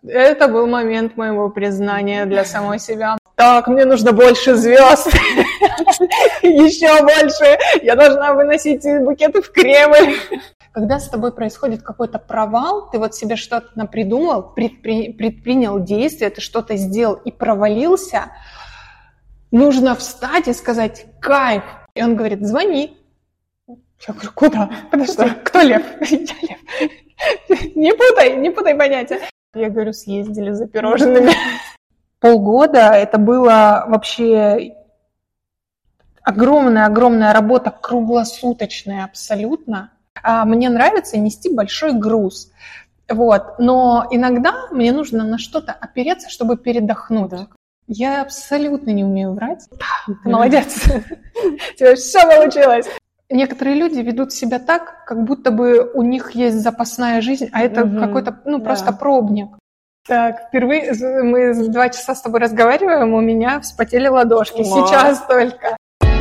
Это был момент моего признания для самой себя. Так, мне нужно больше звезд, еще больше. Я должна выносить букеты в Кремль. Когда с тобой происходит какой-то провал, ты вот себе что-то напридумал, предпринял действие, ты что-то сделал и провалился, нужно встать и сказать «кайф». И он говорит «звони». Я говорю «куда? Подожди, кто Лев?» «Я Лев». Не путай понятия. Я говорю «съездили за пирожными». Полгода это было вообще огромная работа, круглосуточная абсолютно. Мне нравится нести большой груз. Вот. Но иногда мне нужно на что-то опереться, чтобы передохнуть. Да. Я абсолютно не умею врать. Ты молодец. У тебя все получилось. Некоторые люди ведут себя так, как будто бы у них есть запасная жизнь, а это какой-то, просто пробник. Так, впервые мы 2 часа с тобой разговариваем, у меня вспотели ладошки. Вау. Сейчас только.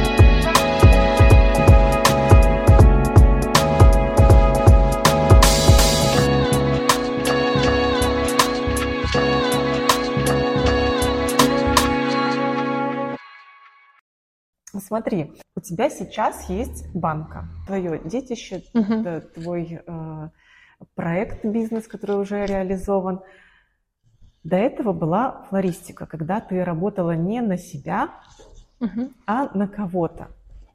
Смотри, у тебя сейчас есть банка, твое детище, твой проект, бизнес, который уже реализован. До этого была флористика, когда ты работала не на себя, а на кого-то.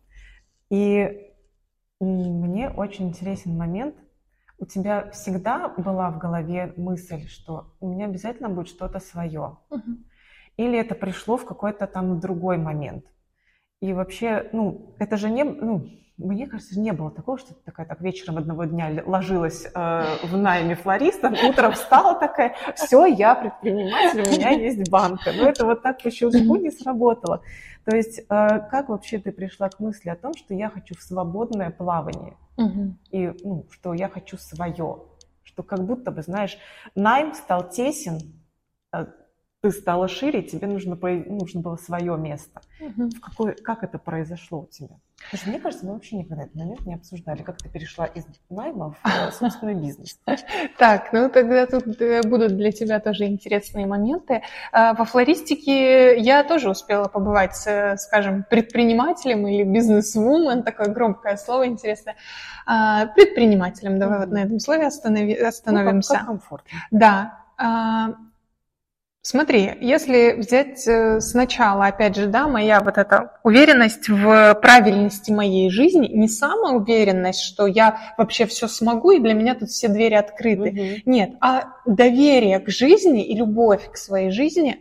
И мне очень интересен момент. У тебя всегда была в голове мысль, что у меня обязательно будет что-то свое? Или это пришло в какой-то там другой момент? И вообще, это же не... мне кажется, не было такого, что ты такая так вечером одного дня ложилась в найме флористом, утром встала такая, все, я предприниматель, у меня есть банка. Но это вот так по щелчку не сработало. То есть как вообще ты пришла к мысли о том, что я хочу в свободное плавание? И что я хочу свое? Что как будто бы, знаешь, найм стал тесен, ты стала шире, тебе нужно было свое место. Как это произошло у тебя? Потому что, мне кажется, мы вообще никогда этот момент не обсуждали, как ты перешла из найма в собственный бизнес. Так, тогда тут будут для тебя тоже интересные моменты. Во флористике я тоже успела побывать, скажем, предпринимателем или бизнес-вумен, такое громкое слово интересное. Предпринимателем, давай вот на этом слове остановимся. Как комфортно. Да. Смотри, если взять сначала, опять же, моя вот эта уверенность в правильности моей жизни, не самоуверенность, что я вообще все смогу, и для меня тут все двери открыты. Нет, а доверие к жизни и любовь к своей жизни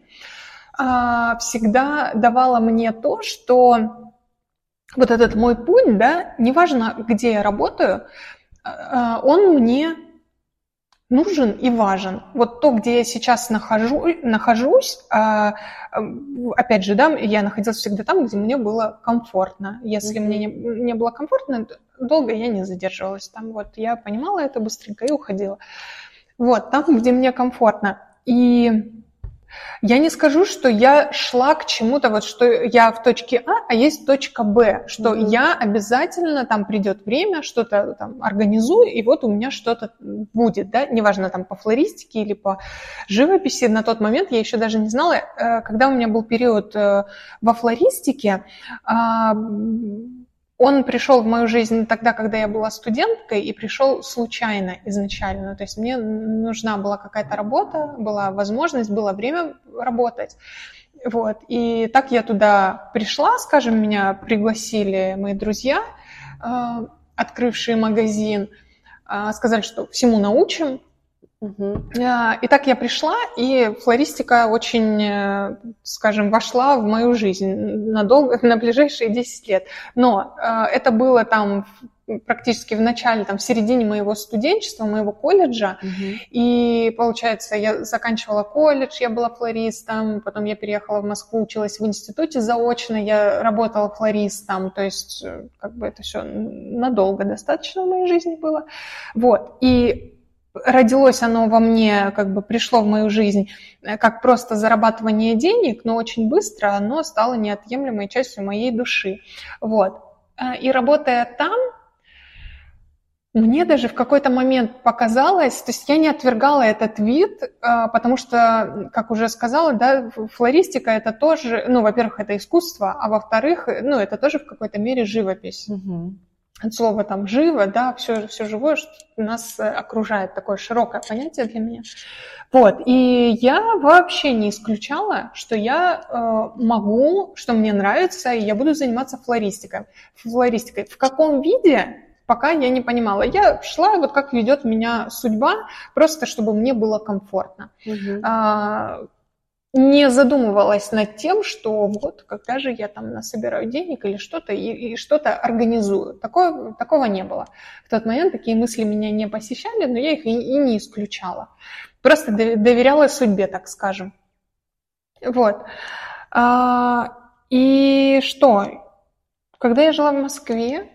всегда давала мне то, что вот этот мой путь, неважно, где я работаю, он мне нужен и важен. Вот то, где я сейчас нахожусь, опять же, я находилась всегда там, где мне было комфортно. Если мне не было комфортно, долго я не задерживалась там. Вот я понимала это быстренько и уходила. Вот, там, где мне комфортно. И я не скажу, что я шла к чему-то, вот что я в точке А есть точка Б, что я обязательно, там придет время, что-то там организую, и вот у меня что-то будет, неважно, там по флористике или по живописи. На тот момент я еще даже не знала, когда у меня был период во флористике, он пришел в мою жизнь тогда, когда я была студенткой, и пришел случайно изначально. То есть мне нужна была какая-то работа, была возможность, было время работать. Вот. И так я туда пришла, скажем, меня пригласили мои друзья, открывшие магазин, сказали, что всему научим. И так я пришла, и флористика очень, скажем, вошла в мою жизнь на ближайшие 10 лет. Но это было там практически в начале, в середине моего студенчества, моего колледжа. И, получается, я заканчивала колледж, я была флористом, потом я переехала в Москву, училась в институте заочно, я работала флористом, то есть это все надолго достаточно в моей жизни было. Вот, и родилось оно во мне, пришло в мою жизнь как просто зарабатывание денег, но очень быстро оно стало неотъемлемой частью моей души. Вот. И работая там, Мне даже в какой-то момент показалось, то есть я не отвергала этот вид, потому что, как уже сказала, да, флористика это тоже, ну, во-первых, это искусство, а во-вторых, ну, это тоже в какой-то мере живопись. От слова там «живо», да, все живое, что нас окружает, такое широкое понятие для меня. Вот, и я вообще не исключала, что я могу, что мне нравится, и я буду заниматься флористикой. В каком виде? Пока я не понимала. Я шла, вот как ведет меня судьба, просто чтобы мне было комфортно. Не задумывалась над тем, что вот когда же я там насобираю денег или что-то, и что-то организую. Такого не было. В тот момент такие мысли меня не посещали, но я их и не исключала. Просто доверяла судьбе, так скажем. Вот. И что? Когда я жила в Москве,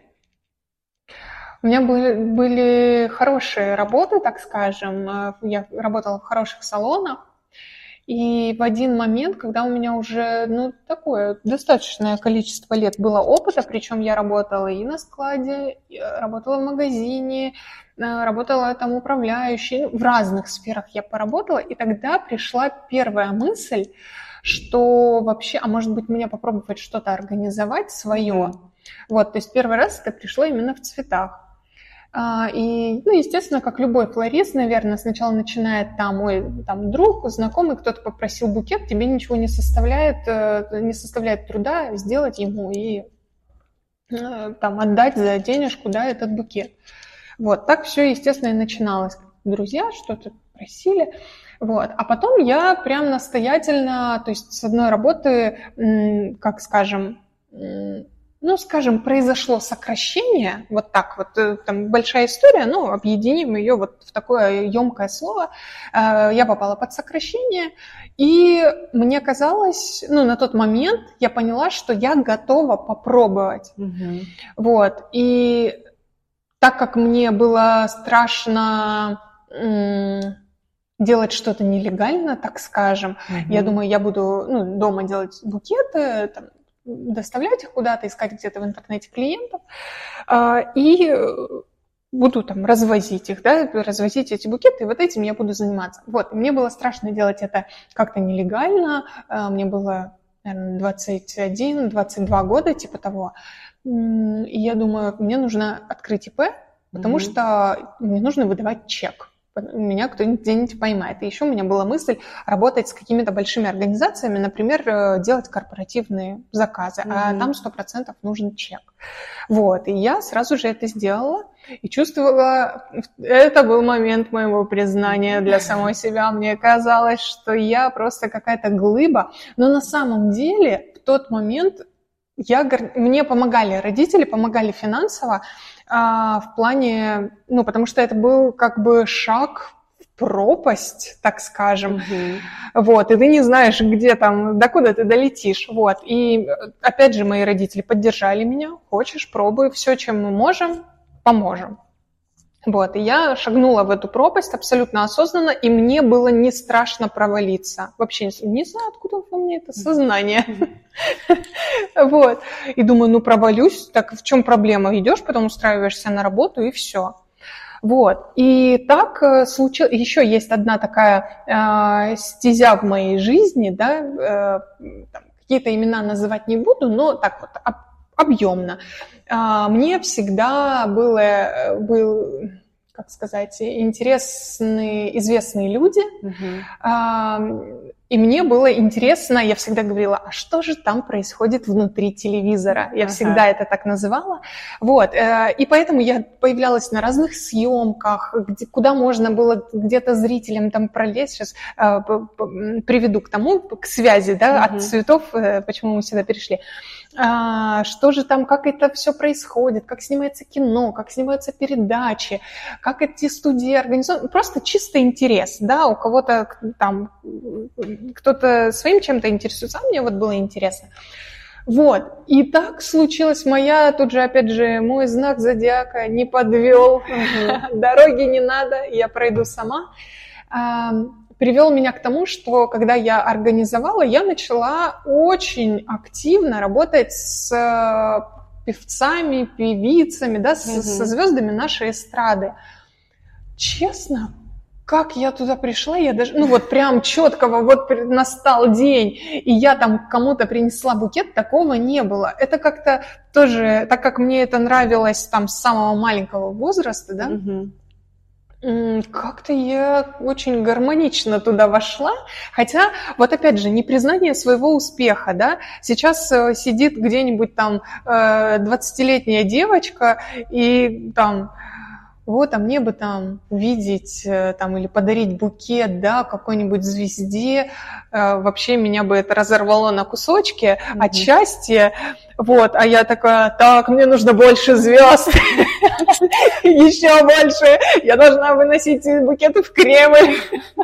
у меня были хорошие работы, так скажем. Я работала в хороших салонах. И в один момент, когда у меня уже, ну, такое достаточное количество лет было опыта, причем я работала и на складе, работала в магазине, работала там управляющей, в разных сферах я поработала, и тогда пришла первая мысль, что вообще, а может быть, мне попробовать что-то организовать свое. Вот, то есть первый раз это пришло именно в цветах. И, ну, естественно, как любой флорист, наверное, сначала начинает там, там друг, знакомый, кто-то попросил букет, тебе ничего не составляет труда сделать ему и там отдать за денежку, да, этот букет. Вот, так все, естественно, и начиналось. Друзья что-то просили. Вот. А потом я прям настоятельно, то есть с одной работы, как скажем, произошло сокращение, вот так вот, там большая история, объединим ее вот в такое емкое слово. Я попала под сокращение, и мне казалось, на тот момент я поняла, что я готова попробовать. Угу. Вот, и так как мне было страшно делать что-то нелегально, так скажем, я думаю, я буду дома делать букеты, там, доставлять их куда-то, искать где-то в интернете клиентов и буду там развозить их, да, развозить эти букеты, и вот этим я буду заниматься. Вот, мне было страшно делать это как-то нелегально, мне было, наверное, 21-22 года, типа того, и я думаю, мне нужно открыть ИП, потому что мне нужно выдавать чек. Меня кто-нибудь где-нибудь поймает. И еще у меня была мысль работать с какими-то большими организациями, например, делать корпоративные заказы, а там 100% нужен чек. Вот, и я сразу же это сделала и чувствовала, это был момент моего признания для самой себя. Мне казалось, что я просто какая-то глыба, но на самом деле в тот момент мне помогали родители, помогали финансово, в плане, потому что это был как бы шаг в пропасть, так скажем, вот, и ты не знаешь, где там, докуда ты долетишь, вот, и опять же мои родители поддержали меня, хочешь, пробуй, все, чем мы можем, поможем. Вот, и я шагнула в эту пропасть абсолютно осознанно, и мне было не страшно провалиться. Вообще не знаю, откуда во мне это сознание. Вот. И думаю, провалюсь, так в чем проблема? Идешь, потом устраиваешься на работу, и все. Вот. И так случилось. Еще есть одна такая стезя в моей жизни, да, какие-то имена называть не буду, но так вот объемно. Мне всегда был, как сказать, интересны известные люди, и мне было интересно, я всегда говорила, а что же там происходит внутри телевизора? Я всегда это так называла. Вот. И поэтому я появлялась на разных съемках, куда можно было где-то зрителям там пролезть. Сейчас приведу к связи, да, от цветов, почему мы сюда перешли. Что же там, как это все происходит, как снимается кино, как снимаются передачи, как эти студии организованы. Просто чисто интерес, да, у кого-то там, кто-то своим чем-то интересуется, а мне вот было интересно. Вот, и так случилось тут же, опять же, мой знак зодиака не подвел, дороги не надо, я пройду сама. Привел меня к тому, что когда я организовала, я начала очень активно работать с певцами, певицами, да, со звездами нашей эстрады. Честно, как я туда пришла, я даже, ну вот прям четкого, вот настал день, и я там кому-то принесла букет, такого не было. Это как-то тоже, так как мне это нравилось там с самого маленького возраста, да, как-то я очень гармонично туда вошла, хотя, вот опять же, не признание своего успеха, да, сейчас сидит где-нибудь там 20-летняя девочка и там, вот, а мне бы там увидеть там, или подарить букет, да, какой-нибудь звезде, вообще меня бы это разорвало на кусочки от счастья, вот, а я такая, так, мне нужно больше звезд, еще больше, я должна выносить букеты в Кремль.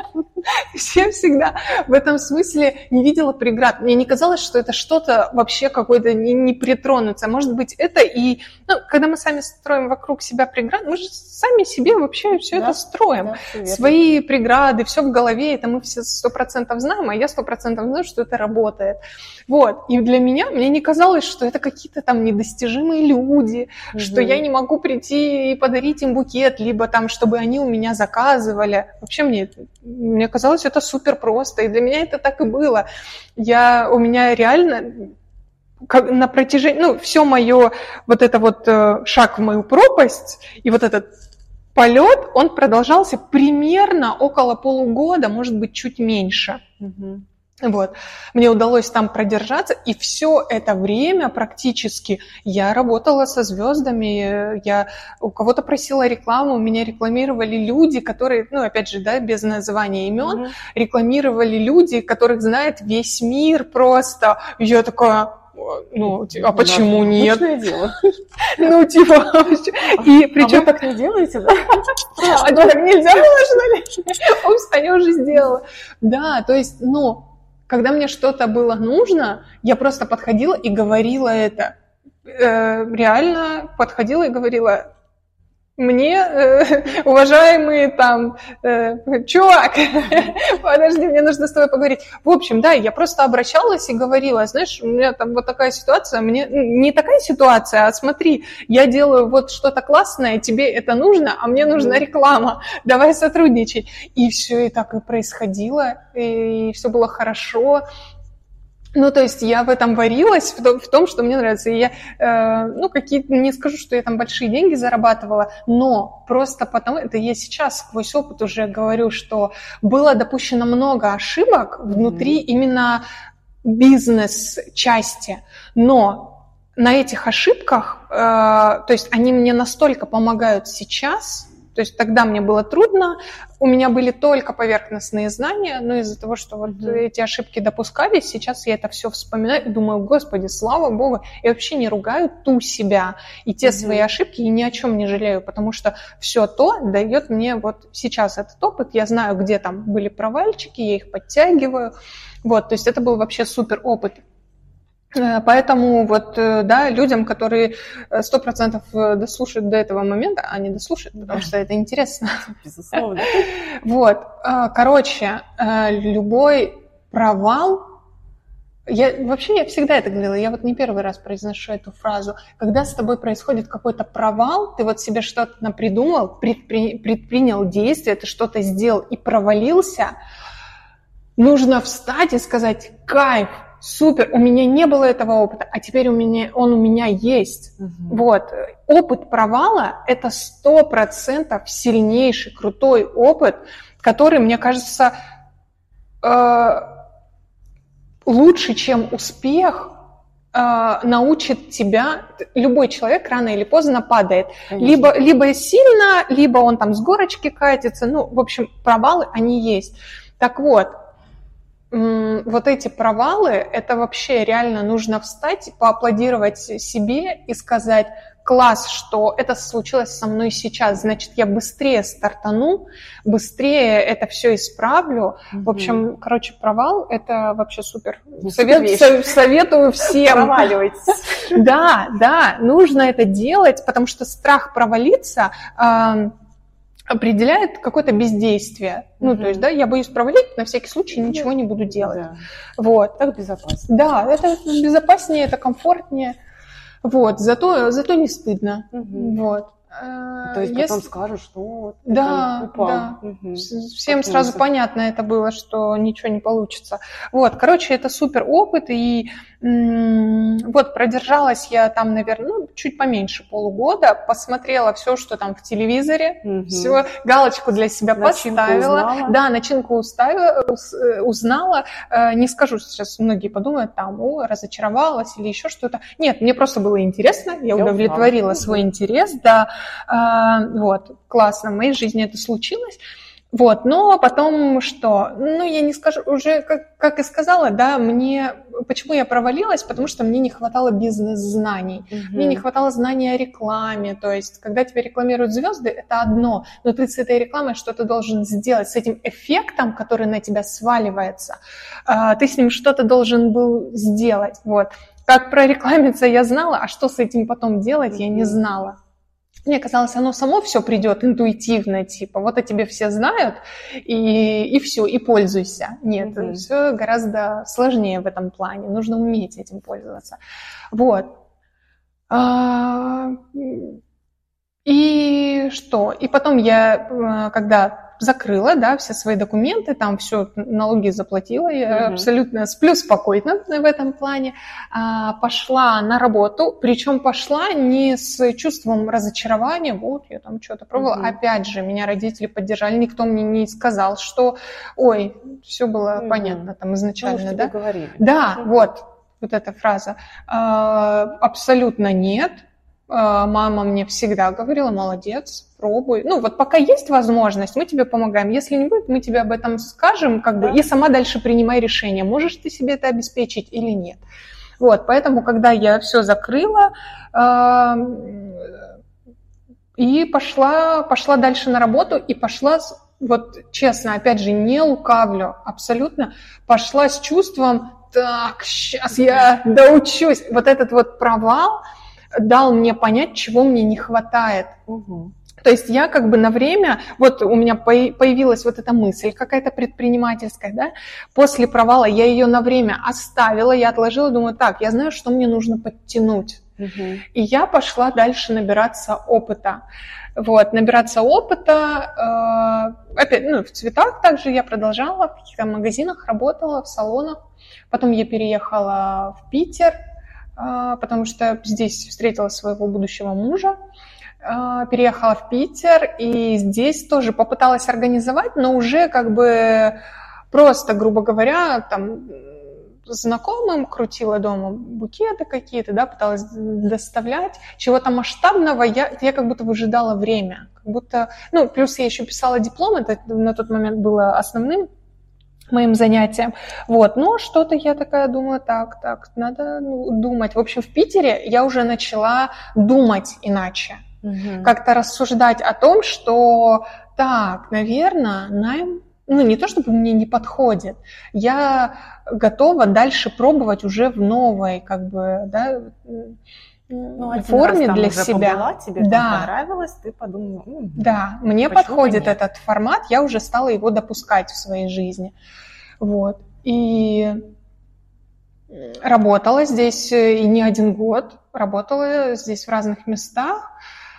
Я всегда в этом смысле не видела преград. Мне не казалось, что это что-то вообще какое-то не притронуться. Может быть, это и... Ну, когда мы сами строим вокруг себя преграды, мы же сами себе вообще все это строим. Да, свои преграды, все в голове, это мы все 100% знаем, а я 100% знаю, что это работает. Вот. И для меня, мне не казалось, что это какие-то там недостижимые люди, что я не могу прийти и подарить им букет, либо там, чтобы они у меня заказывали. Вообще мне казалось, это супер просто, и для меня это так и было. У меня реально на протяжении, ну, все мое, вот это вот шаг в мою пропасть, и вот этот полет, он продолжался примерно около полугода, может быть, чуть меньше. Вот. Мне удалось там продержаться, и все это время практически я работала со звездами, я у кого-то просила рекламу, меня рекламировали люди, которые, ну, опять же, да, без названия имен, рекламировали люди, которых знает весь мир просто. И я такая... Ну, а почему нет? Обычное дело. Ну, типа, и причем... А вы так не делаете, да? А так нельзя было, что ли? Упс, а я уже сделала. Да, то есть, ну, когда мне что-то было нужно, я просто подходила и говорила это. Реально подходила и говорила... Мне, уважаемый там, чувак, подожди, мне нужно с тобой поговорить. В общем, да, я просто обращалась и говорила, знаешь, у меня там вот такая ситуация, мне не такая ситуация, а смотри, я делаю вот что-то классное, тебе это нужно, а мне нужна реклама, давай сотрудничать. И все и так и происходило, и все было хорошо. Ну, то есть я в этом варилась, в том, что мне нравится. И я, не скажу, что я там большие деньги зарабатывала, но просто потому, это я сейчас сквозь опыт уже говорю, что было допущено много ошибок внутри именно бизнес-части, но на этих ошибках, то есть они мне настолько помогают сейчас. То есть тогда мне было трудно, у меня были только поверхностные знания, но из-за того, что вот эти ошибки допускались, сейчас я это все вспоминаю и думаю, господи, слава богу, я вообще не ругаю ту себя и те свои ошибки, и ни о чем не жалею, потому что все то дает мне вот сейчас этот опыт, я знаю, где там были провальчики, я их подтягиваю, вот, то есть это был вообще супер опыт. Поэтому вот, да, людям, которые 100% дослушают до этого момента, они дослушают, потому что это интересно. Безусловно. Вот, короче, любой провал, я всегда это говорила, я вот не первый раз произношу эту фразу, когда с тобой происходит какой-то провал, ты вот себе что-то напридумал, предпринял действие, ты что-то сделал и провалился, нужно встать и сказать: кайф, супер, у меня не было этого опыта, а теперь он у меня есть. Вот. Опыт провала – это 100% сильнейший, крутой опыт, который, мне кажется, лучше, чем успех, научит тебя. Любой человек рано или поздно падает. Либо сильно, либо он там с горочки катится. Ну, в общем, провалы, они есть. Так вот, вот эти провалы, это вообще реально нужно встать, поаплодировать себе и сказать: класс, что это случилось со мной сейчас, значит, я быстрее стартану, быстрее это все исправлю. В общем, короче, провал – это вообще супер. Советую всем. Проваливайтесь. Да, нужно это делать, потому что страх провалиться определяет какое-то бездействие. Ну, то есть, да, я боюсь провалить, на всякий случай ничего не буду делать. Да. Вот. Так безопаснее. Да, это безопаснее, это комфортнее. Вот, зато не стыдно. Вот. То есть потом скажешь, что ты да, упал. да. Всем сразу понятно это было, что ничего не получится. Вот, короче, это супер опыт, и вот продержалась я там, наверное, чуть поменьше полугода, посмотрела все, что там в телевизоре, все, галочку для себя поставила. Да, начинку узнала. Не скажу, что сейчас многие подумают, там, разочаровалась или еще что-то. Нет, мне просто было интересно, я удовлетворила свой интерес, да. Вот, классно, в моей жизни это случилось. Вот, но потом что? Я не скажу, уже, как и сказала, да, почему я провалилась? Потому что мне не хватало бизнес-знаний. Мне не хватало знаний о рекламе. То есть, когда тебя рекламируют звезды, это одно, но ты с этой рекламой что-то должен сделать, с этим эффектом, который на тебя сваливается, ты с ним что-то должен был сделать. Вот. Как прорекламиться я знала, а что с этим потом делать, я не знала. Мне казалось, оно само все придет интуитивно, типа, вот о тебе все знают, и все, и пользуйся. Нет, все гораздо сложнее в этом плане, нужно уметь этим пользоваться. Вот. И что? И потом я, когда закрыла, да, все свои документы, там все, налоги заплатила, я абсолютно сплю спокойно в этом плане, пошла на работу, причем пошла не с чувством разочарования, вот, я там что-то пробовала, опять же, меня родители поддержали, никто мне не сказал, что, ой, все было понятно там изначально, да? Говорили. Да, вот эта фраза, абсолютно нет. Мама мне всегда говорила, молодец, пробуй. Вот пока есть возможность, мы тебе помогаем. Если не будет, мы тебе об этом скажем, и сама дальше принимай решение, можешь ты себе это обеспечить или нет. Вот, поэтому, когда я все закрыла и пошла дальше на работу, и пошла, вот честно, опять же, не лукавлю абсолютно, пошла с чувством, так, сейчас я доучусь. Вот этот вот провал дал мне понять, чего мне не хватает. То есть я как бы на время, вот у меня появилась вот эта мысль какая-то предпринимательская, да, после провала я ее на время оставила, я отложила, думаю, так, я знаю, что мне нужно подтянуть. И я пошла дальше набираться опыта. Вот, набираться опыта, опять, в цветах также я продолжала, в каких-то магазинах работала, в салонах. Потом я переехала в Питер, потому что здесь встретила своего будущего мужа, переехала в Питер, и здесь тоже попыталась организовать, но уже как бы просто, грубо говоря, там знакомым крутила дома букеты какие-то, да, пыталась доставлять. Чего-то масштабного я как будто выжидала время, как будто, плюс я еще писала диплом, это на тот момент было основным моим занятием. Вот, но что-то я такая думаю, так, надо думать. В общем, в Питере я уже начала думать иначе. Как-то рассуждать о том, что так, наверное, найм, не то чтобы мне не подходит, я готова дальше пробовать уже в новой, как бы, да, форме для уже себя. Побыла, тебе понравилось, ты подумала. Да, мне подходит этот формат, я уже стала его допускать в своей жизни. Вот. И работала здесь и не один год, работала здесь в разных местах.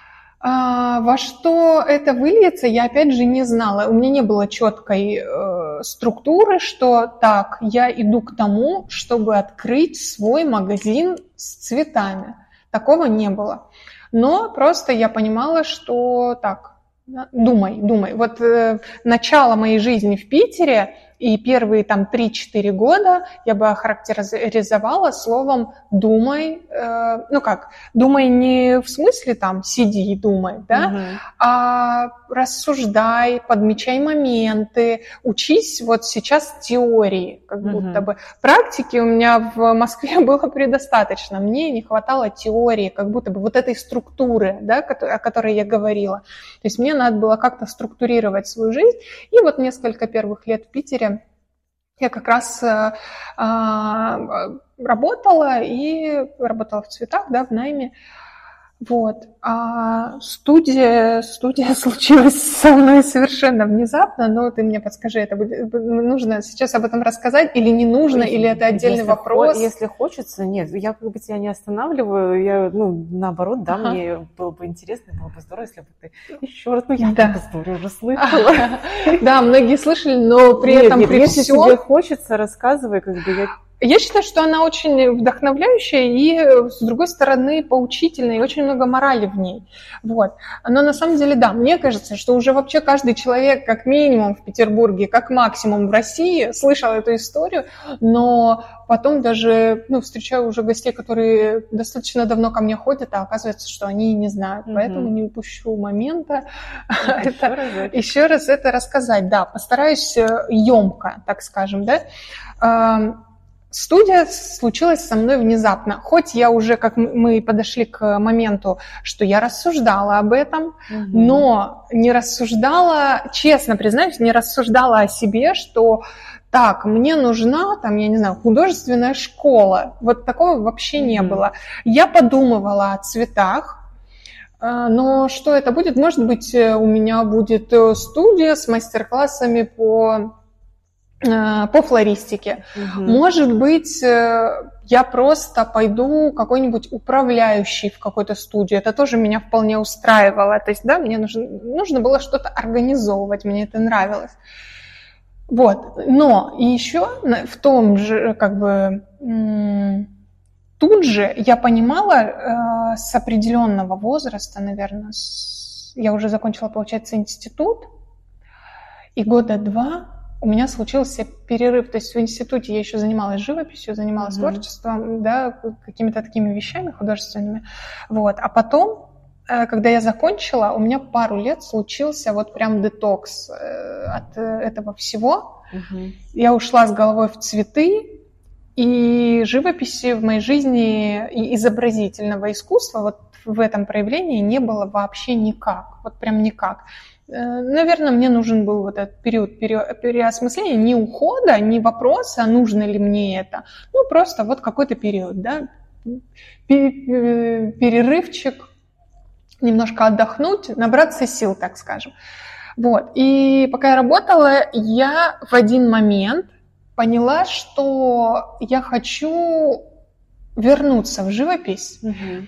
Во что это выльется, я опять же не знала. У меня не было четкой структуры, что так, я иду к тому, чтобы открыть свой магазин с цветами. Такого не было. Но просто я понимала, что так, думай. Вот начало моей жизни в Питере и первые там 3-4 года я бы охарактеризовала словом «думай». Думай не в смысле там «сиди и думай», да, а рассуждай, подмечай моменты, учись вот сейчас теории, как будто бы. Практики у меня в Москве было предостаточно, мне не хватало теории, как будто бы вот этой структуры, да, о которой я говорила. То есть мне надо было как-то структурировать свою жизнь, и вот несколько первых лет в Питере я как раз работала в цветах, да, в найме. Вот. А студия случилась со мной совершенно внезапно, но ты мне подскажи, это нужно сейчас об этом рассказать или не нужно, или это отдельный вопрос? Если хочется, нет, я как бы тебя не останавливаю, я, наоборот, да, мне было бы интересно, было бы здорово, если бы ты еще раз, я эту историю уже слышала. Да, многие слышали, но при этом при всем... Если тебе хочется, рассказывай, как бы Я считаю, что она очень вдохновляющая и, с другой стороны, поучительная, и очень много морали в ней. Вот. Но на самом деле, да, мне кажется, что уже вообще каждый человек, как минимум в Петербурге, как максимум в России, слышал эту историю, но потом даже, встречаю уже гостей, которые достаточно давно ко мне ходят, а оказывается, что они не знают. Поэтому не упущу момента еще раз это рассказать. Да, постараюсь емко, так скажем, да. Студия случилась со мной внезапно. Хоть я уже, как мы подошли к моменту, что я рассуждала об этом, но не рассуждала, честно признаюсь, не рассуждала о себе, что так, мне нужна, художественная школа. Вот такого вообще не было. Я подумывала о цветах, но что это будет? Может быть, у меня будет студия с мастер-классами по флористике. Может быть, я просто пойду какой-нибудь управляющий в какой-то студию. Это тоже меня вполне устраивало. То есть, да, мне нужно было что-то организовывать, мне это нравилось. Вот. Но еще в том же, тут же я понимала с определенного возраста, наверное, я уже закончила, получается, институт, и 2 года у меня случился перерыв. То есть в институте я еще занималась живописью, занималась творчеством, да, какими-то такими вещами художественными. Вот. А потом, когда я закончила, у меня пару лет случился вот прям детокс от этого всего. Я ушла с головой в цветы, и живописи в моей жизни и изобразительного искусства вот в этом проявлении не было вообще никак. Вот прям никак. Наверное, мне нужен был вот этот период переосмысления, не ухода, не вопроса, нужно ли мне это, просто вот какой-то период, да, перерывчик, немножко отдохнуть, набраться сил, так скажем. Вот, и пока я работала, я в один момент поняла, что я хочу вернуться в живопись,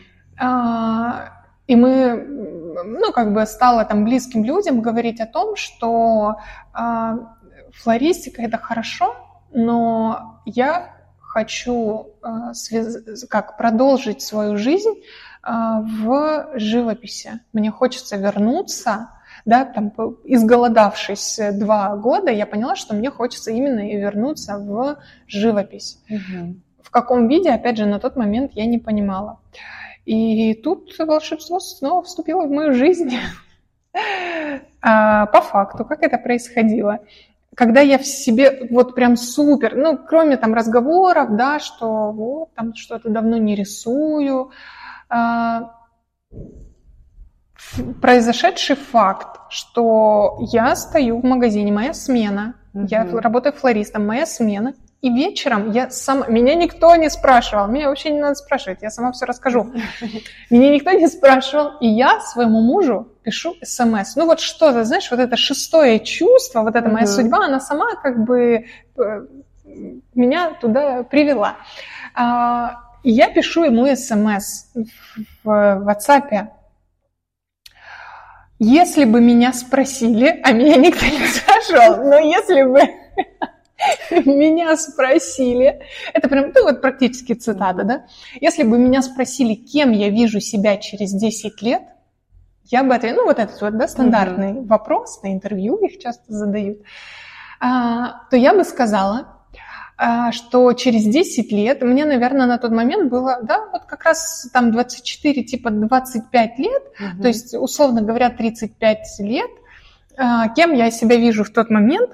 и мы, стало там близким людям говорить о том, что флористика – это хорошо, но я хочу продолжить свою жизнь в живописи. Мне хочется вернуться, да, там, изголодавшись 2 года, я поняла, что мне хочется именно и вернуться в живопись. В каком виде, опять же, на тот момент я не понимала. И тут волшебство снова вступило в мою жизнь. По факту, как это происходило? Когда я в себе вот прям супер, кроме там разговоров, да, что вот там что-то давно не рисую, произошедший факт, что я стою в магазине, моя смена, я работаю флористом, моя смена, и вечером меня никто не спрашивал, меня вообще не надо спрашивать, я сама все расскажу. Меня никто не спрашивал, и я своему мужу пишу смс. Вот что-то, знаешь, вот это 6-е чувство, вот эта моя судьба, она сама меня туда привела. И я пишу ему смс в WhatsApp. Если бы меня спросили, а меня никто не спрашивал, но если бы меня спросили, это прям, практически цитата, да? Если бы меня спросили, кем я вижу себя через 10 лет, я бы ответила, этот стандартный вопрос, на интервью их часто задают, то я бы сказала, что через 10 лет, мне, наверное, на тот момент было, как раз там 24, 25 лет, то есть, условно говоря, 35 лет, кем я себя вижу в тот момент,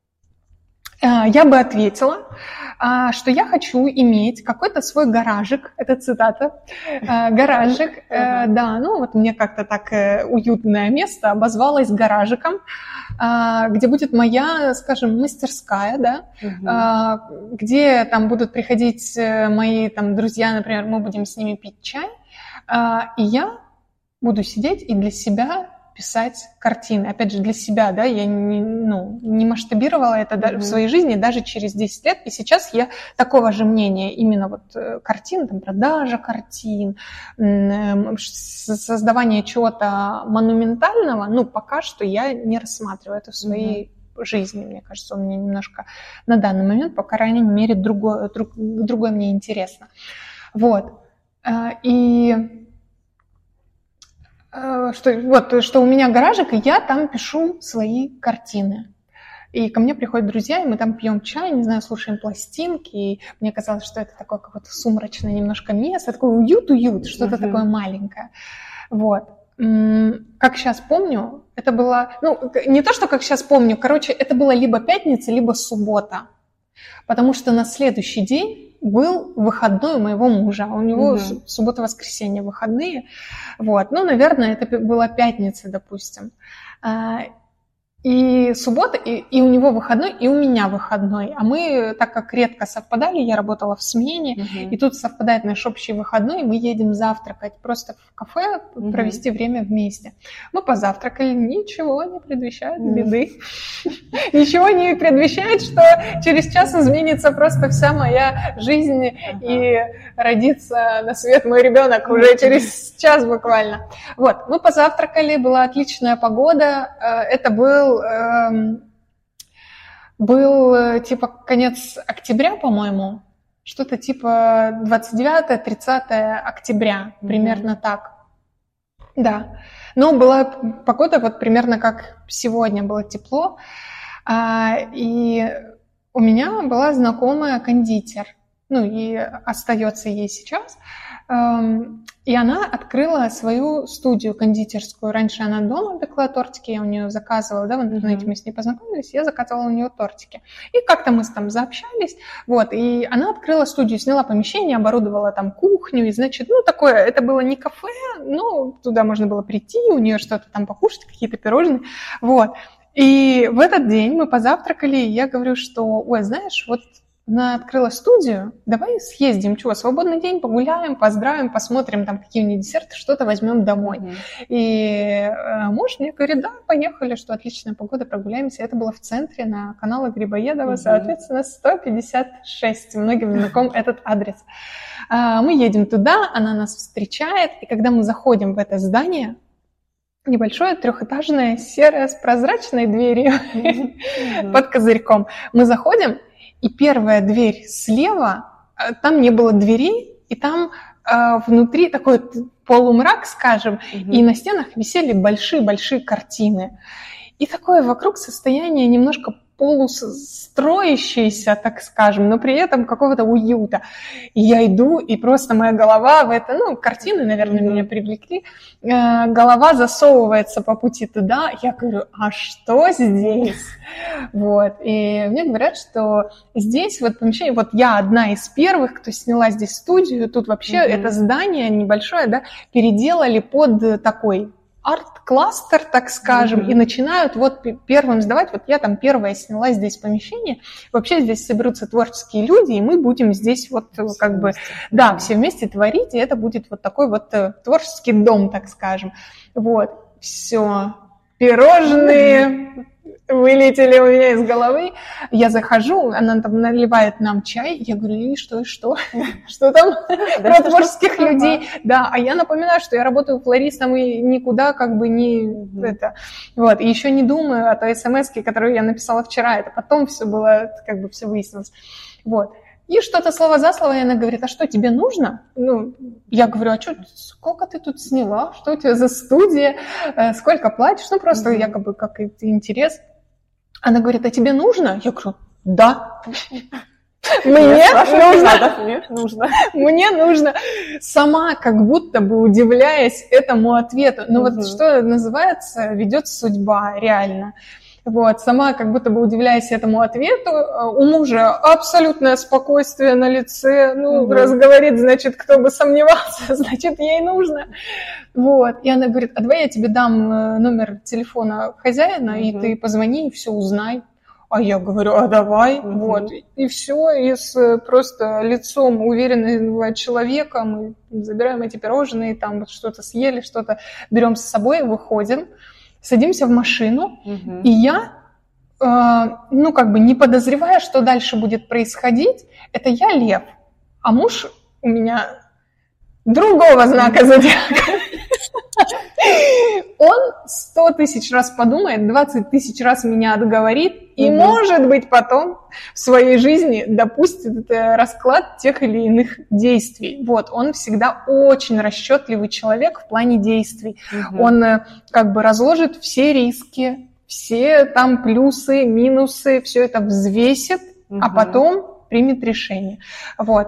я бы ответила, что я хочу иметь какой-то свой гаражик, это цитата, гаражик, мне как-то так уютное место обозвалось гаражиком, где будет моя, скажем, мастерская, да, где там будут приходить мои там друзья, например, мы будем с ними пить чай, и я буду сидеть и для себя писать картины. Опять же, для себя, да, я не масштабировала это в своей жизни даже через 10 лет, и сейчас я такого же мнения, именно вот картин, там, продажа картин, создавание чего-то монументального, ну, пока что я не рассматриваю это в своей жизни, мне кажется, у меня немножко на данный момент, по крайней мере, другое мне интересно. Вот. И что у меня гаражик, и я там пишу свои картины. И ко мне приходят друзья, и мы там пьем чай, не знаю, слушаем пластинки, и мне казалось, что это такое какое-то сумрачное немножко место, такой уют, что-то такое маленькое. Вот. Как сейчас помню, это было, не то, что как сейчас помню, короче, это было либо пятница, либо суббота, потому что на следующий день был выходной у моего мужа, у него суббота-воскресенье выходные, вот, наверное, это была пятница, допустим, и суббота, и у него выходной, и у меня выходной. А мы, так как редко совпадали, я работала в смене, и тут совпадает наш общий выходной, и мы едем завтракать, просто в кафе провести время вместе. Мы позавтракали, ничего не предвещает беды. Ничего не предвещает, что через час изменится просто вся моя жизнь, и родится на свет мой ребенок уже через час буквально. Вот, мы позавтракали, была отличная погода, это был типа конец октября, по-моему, что-то типа 29-30 октября, примерно так. Да, но была погода вот примерно как сегодня, было тепло, и у меня была знакомая кондитер, и остается ей сейчас, и она открыла свою студию кондитерскую. Раньше она дома пекла тортики, я у нее заказывала, да, в интернете мы с ней познакомились, я заказывала у нее тортики. И как-то мы там заобщались, вот, и она открыла студию, сняла помещение, оборудовала там кухню, и, значит, такое, это было не кафе, туда можно было прийти, у нее что-то там покушать, какие-то пирожные, вот. И в этот день мы позавтракали, и я говорю, что, ой, знаешь, вот она открыла студию, давай съездим, свободный день, погуляем, поздравим, посмотрим там какие-нибудь десерты, что-то возьмем домой. И муж мне говорит, да, поехали, что отличная погода, прогуляемся. Это было в центре на канале Грибоедова, соответственно, 156. Многим знаком этот адрес. Мы едем туда, она нас встречает, и когда мы заходим в это здание, небольшое, трехэтажное, серое, с прозрачной дверью под козырьком, мы заходим, и первая дверь слева, там не было дверей, и там внутри такой полумрак, скажем, и на стенах висели большие-большие картины. И такое вокруг состояние немножко полустроящееся, так скажем, но при этом какого-то уюта. И я иду, и просто моя голова в это, картины, наверное, меня привлекли, голова засовывается по пути туда, я говорю, а что здесь? Вот, и мне говорят, что здесь вот помещение, вот я одна из первых, кто сняла здесь студию, тут вообще это здание небольшое, да, переделали под такой арт-кластер, так скажем, и начинают вот первым сдавать. Вот я там первая сняла здесь помещение. Вообще здесь соберутся творческие люди, и мы будем здесь вот как бы, да, все вместе творить, и это будет вот такой вот творческий дом, так скажем. Вот, все, пирожные вылетели у меня из головы. Я захожу, она там наливает нам чай, я говорю, и что? Что там про творческих людей? Да, а я напоминаю, что я работаю флористом и никуда как бы не это. Вот, и еще не думаю о той смс-ке, которую я написала вчера, это потом все было, как бы все выяснилось. Вот. И что-то слово за слово, и она говорит, а что, тебе нужно? Я говорю, а что, сколько ты тут сняла? Что у тебя за студия? Сколько платишь? Просто якобы как интерес. Она говорит, а тебе нужно? Я говорю, да. Мне нужно. Мне нужно. Сама как будто бы удивляясь этому ответу. Вот что называется, ведет судьба реально. Вот, сама как будто бы удивляясь этому ответу, у мужа абсолютное спокойствие на лице, раз говорит, значит, кто бы сомневался, значит, ей нужно. Вот, и она говорит, а давай я тебе дам номер телефона хозяина, и ты позвони и все узнай. А я говорю, а давай, вот. И все, и с просто лицом уверенного человека мы забираем эти пирожные, там вот что-то съели, что-то берем с собой, выходим, садимся в машину, и я, ну, как бы не подозревая, что дальше будет происходить, это я лев, а муж у меня другого знака зодиака. Он 100 тысяч раз подумает, 20 тысяч раз меня отговорит, и, может быть, потом в своей жизни допустит расклад тех или иных действий. Вот, он всегда очень расчетливый человек в плане действий. Он как бы разложит все риски, все там плюсы, минусы, все это взвесит, а потом примет решение. Вот.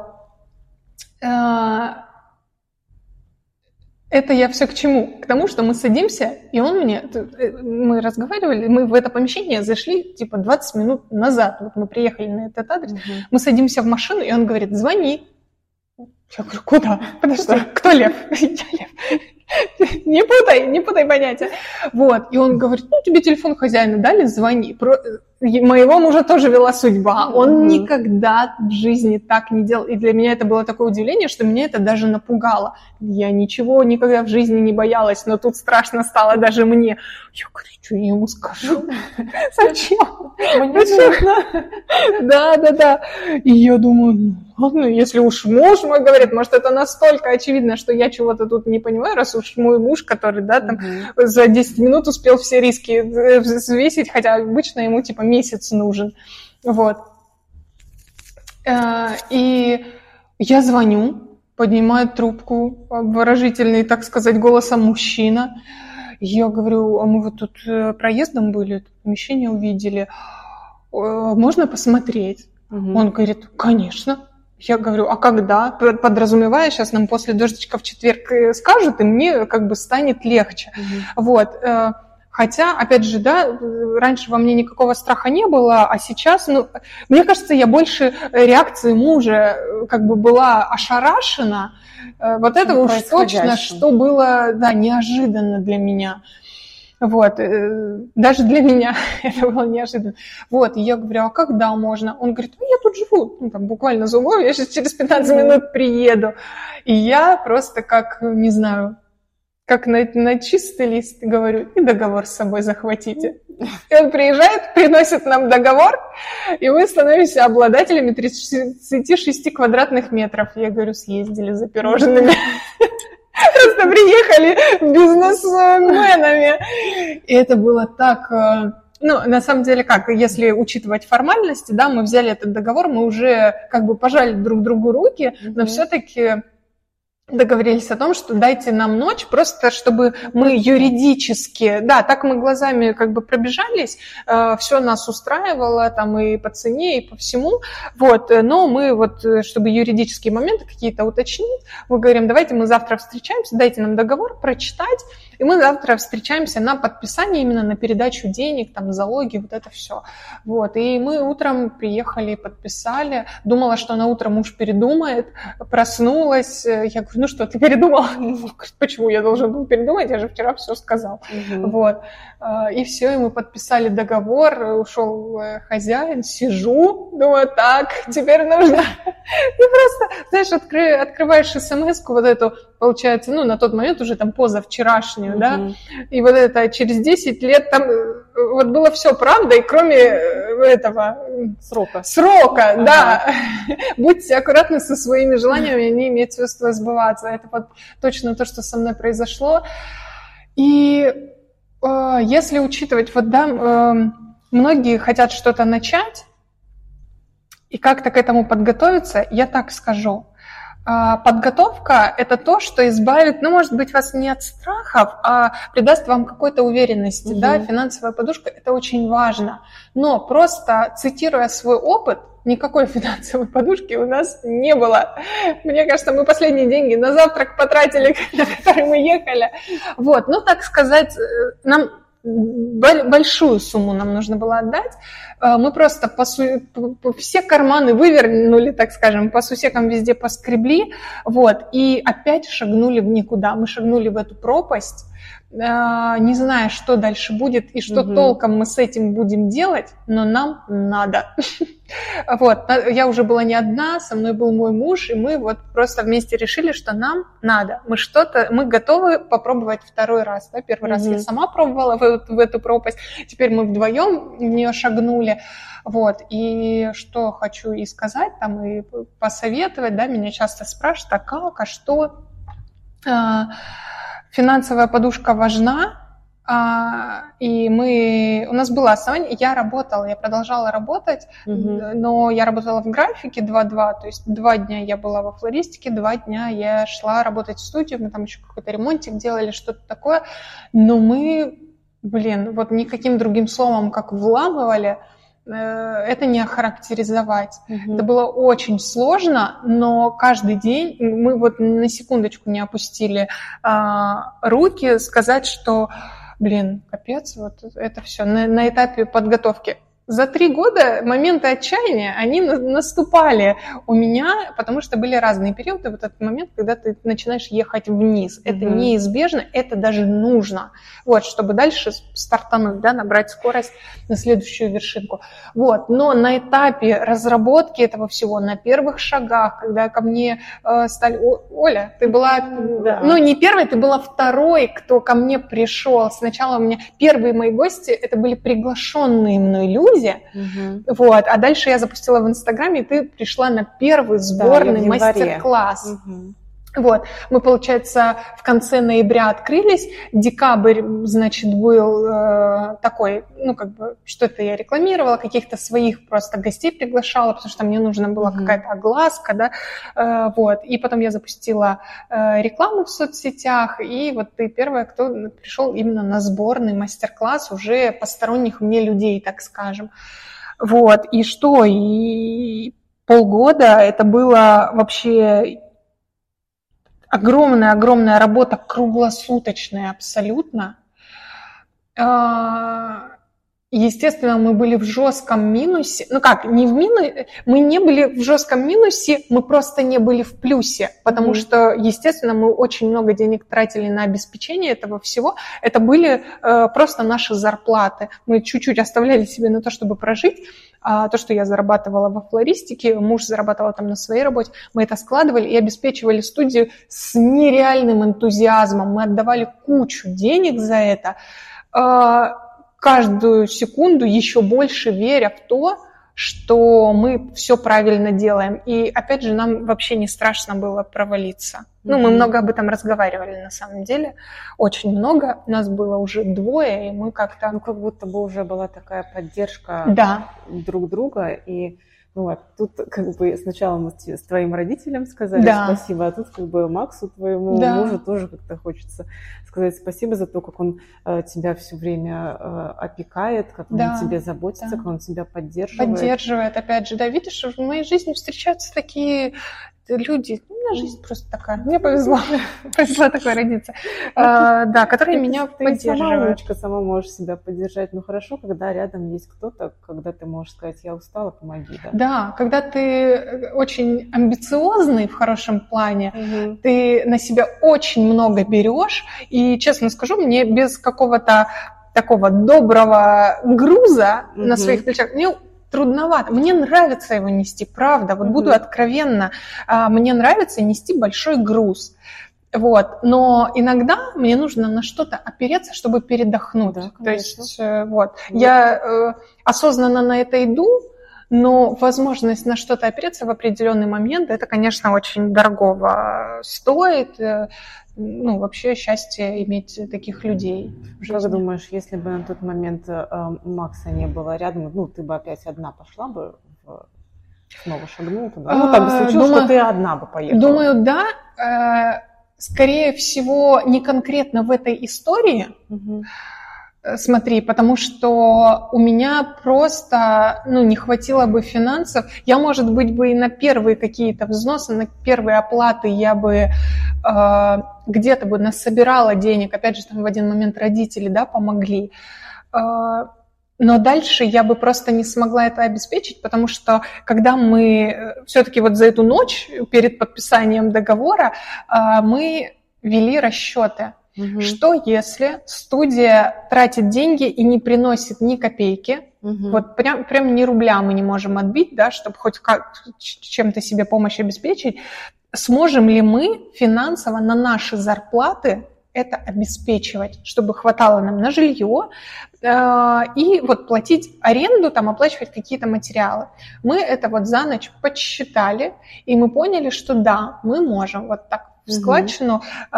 Это я все к чему? К тому, что мы садимся, и он мне... Мы разговаривали, мы в это помещение зашли типа 20 минут назад. Вот мы приехали на этот адрес. Мы садимся в машину, и он говорит, звони. Я говорю, куда? Подожди, кто Лев? Я Лев. Не путай понятия. Вот. И он говорит, ну, тебе телефон хозяина дали, звони. Моего мужа тоже вела судьба. Он никогда в жизни так не делал. И для меня это было такое удивление, что меня это даже напугало. Я ничего никогда в жизни не боялась, но тут страшно стало даже мне. Я говорю, что я ему скажу? Зачем? Да. И я думаю, ну ладно, если уж муж мой говорит, может, это настолько очевидно, что я чего-то тут не понимаю, раз уж мой муж, который, да, там за 10 минут успел все риски взвесить, хотя обычно ему типа месяц нужен. Вот. И я звоню, поднимает трубку, обворожительный, так сказать, голосом мужчина. Я говорю, а мы вот тут проездом были, помещение увидели, можно посмотреть? Он говорит, конечно. Я говорю, а когда? Подразумевая, сейчас нам после дождичка в четверг скажут, и мне как бы станет легче. Вот. Хотя, опять же, да, раньше во мне никакого страха не было, а сейчас, ну, мне кажется, я больше реакции мужа как бы была ошарашена. Вот это уж точно, что было, да, неожиданно для меня. Вот, даже для меня это было неожиданно. Вот, и я говорю, а когда можно? Он говорит, я тут живу, ну, там, буквально за углом, я сейчас через 15 минут приеду. И я просто как, не знаю, как на чистый лист говорю, и договор с собой захватите. И он приезжает, приносит нам договор, и мы становимся обладателями 36 квадратных метров. Я говорю, съездили за пирожными. Просто приехали бизнесменами. И это было так... Ну, на самом деле, как, если учитывать формальности, да, мы взяли этот договор, мы уже как бы пожали друг другу руки, но все-таки... договорились о том, что дайте нам ночь, просто чтобы мы юридически, да, так мы глазами как бы пробежались, все нас устраивало, там и по цене, и по всему, вот, но мы вот, чтобы юридические моменты какие-то уточнить, мы говорим, давайте мы завтра встречаемся, дайте нам договор прочитать, и мы завтра встречаемся на подписание, именно на передачу денег, там, залоги, вот это все, вот, и мы утром приехали, подписали, думала, что на утро муж передумает, проснулась, я говорю, ну что, ты передумал? Почему я должен был передумать? Я же вчера все сказал. Вот. И все, и мы подписали договор, ушел хозяин, сижу, думаю, так, теперь нужно... И просто, знаешь, открываешь смс-ку вот эту, получается, ну, на тот момент уже там позавчерашнюю, да, и вот это через 10 лет там вот было все правда, и кроме этого... Срока, да. Будьте аккуратны со своими желаниями, они имеют свойство сбываться. Это вот точно то, что со мной произошло. И если учитывать, вот да, многие хотят что-то начать и как-то к этому подготовиться, я так скажу. Подготовка – это то, что избавит, ну, может быть, вас не от страхов, а придаст вам какой-то уверенности, да, финансовая подушка – это очень важно. Но просто цитируя свой опыт, никакой финансовой подушки у нас не было. Мне кажется, мы последние деньги на завтрак потратили, на который мы ехали. Вот, ну, так сказать, нам большую сумму нам нужно было отдать. Мы просто все карманы вывернули, так скажем, по сусекам везде поскребли, вот, и опять шагнули в никуда. Мы шагнули в эту пропасть, не зная, что дальше будет и что толком мы с этим будем делать, но нам надо. Вот, я уже была не одна, со мной был мой муж, и мы вот просто вместе решили, что нам надо. Мы готовы попробовать второй раз. Да? Первый раз я сама пробовала в эту пропасть, теперь мы вдвоем в нее шагнули. Вот, и что хочу и сказать, там, и посоветовать, да, меня часто спрашивают, а как, а что? Финансовая подушка важна, и у нас было основание, я продолжала работать, но я работала в графике 2-2, то есть 2 дня я была во флористике, 2 дня я шла работать в студию, мы там еще какой-то ремонтик делали, что-то такое, но мы, вот никаким другим словом, как вламывали, это не охарактеризовать. Это было очень сложно, но каждый день мы вот на секундочку не опустили руки, сказать, что, капец, вот это все на этапе подготовки. За 3 года моменты отчаяния, они наступали у меня, потому что были разные периоды. Вот этот момент, когда ты начинаешь ехать вниз. Это неизбежно, это даже нужно. Вот, чтобы дальше стартануть, да, набрать скорость на следующую вершинку. Вот, но на этапе разработки этого всего, на первых шагах, когда ко мне стали... Оля, ты была... не первой, ты была второй, кто ко мне пришел. Сначала у меня первые мои гости, это были приглашенные мной люди, вот, а дальше я запустила в Инстаграме, и ты пришла на первый сборный мастер-класс. Вот, мы, получается, в конце ноября открылись, декабрь, значит, был такой, что-то я рекламировала, каких-то своих просто гостей приглашала, потому что мне нужна была какая-то огласка, да, вот, и потом я запустила рекламу в соцсетях, и вот ты первая, кто пришел именно на сборный мастер-класс уже посторонних мне людей, так скажем, вот, и полгода это было вообще... Огромная работа, круглосуточная абсолютно. Естественно, мы были в жестком минусе. Мы не были в жестком минусе, мы просто не были в плюсе, потому что, естественно, мы очень много денег тратили на обеспечение этого всего. Это были просто наши зарплаты. Мы чуть-чуть оставляли себе на то, чтобы прожить. А то, что я зарабатывала во флористике, муж зарабатывал там на своей работе, мы это складывали и обеспечивали студию с нереальным энтузиазмом. Мы отдавали кучу денег за это, каждую секунду еще больше веря в то, что мы все правильно делаем. И, опять же, нам вообще не страшно было провалиться. Мы много об этом разговаривали, на самом деле. Очень много. Нас было уже 2, и мы как-то... как будто бы уже была такая поддержка друг друга. И тут сначала мы с твоим родителям сказали спасибо, а тут Максу, твоему мужу, тоже как-то хочется сказать спасибо за то, как он тебя все время опекает, как он о тебе заботится, как он тебя поддерживает. Поддерживает, опять же, видишь, в моей жизни встречаются такие люди, у меня жизнь просто такая, мне повезло такой родиться, которые меня поддерживают. Ты сама можешь себя поддержать, хорошо, когда рядом есть кто-то, когда ты можешь сказать, я устала, помоги, Да, когда ты очень амбициозный в хорошем плане, ты на себя очень много берешь, и, честно скажу, мне без какого-то такого доброго груза на своих плечах, мне трудновато. Мне нравится его нести, правда, буду откровенна, мне нравится нести большой груз. Вот. Но иногда мне нужно на что-то опереться, чтобы передохнуть. То есть, я осознанно на это иду, но возможность на что-то опереться в определенный момент, это, конечно, очень дорого стоит. Вообще счастье иметь таких людей в жизни. Как думаешь, если бы на тот момент Макса не было рядом, ты бы опять одна пошла бы, снова шагнула туда? Так бы случилось, что ты одна бы поехала. Думаю, да. Скорее всего, не конкретно в этой истории. Смотри, потому что у меня просто не хватило бы финансов. Я, может быть, бы и на первые какие-то взносы, на первые оплаты я бы где-то бы насобирала денег. Опять же, там в один момент родители, помогли. Но дальше я бы просто не смогла это обеспечить, потому что когда мы все-таки за эту ночь перед подписанием договора мы вели расчеты. Что если студия тратит деньги и не приносит ни копейки, вот прям ни рубля мы не можем отбить, да, чтобы хоть чем-то себе помощь обеспечить, сможем ли мы финансово на наши зарплаты это обеспечивать, чтобы хватало нам на жилье и вот платить аренду, там, оплачивать какие-то материалы. Мы это вот за ночь подсчитали, и мы поняли, что да, мы можем вот так в складчину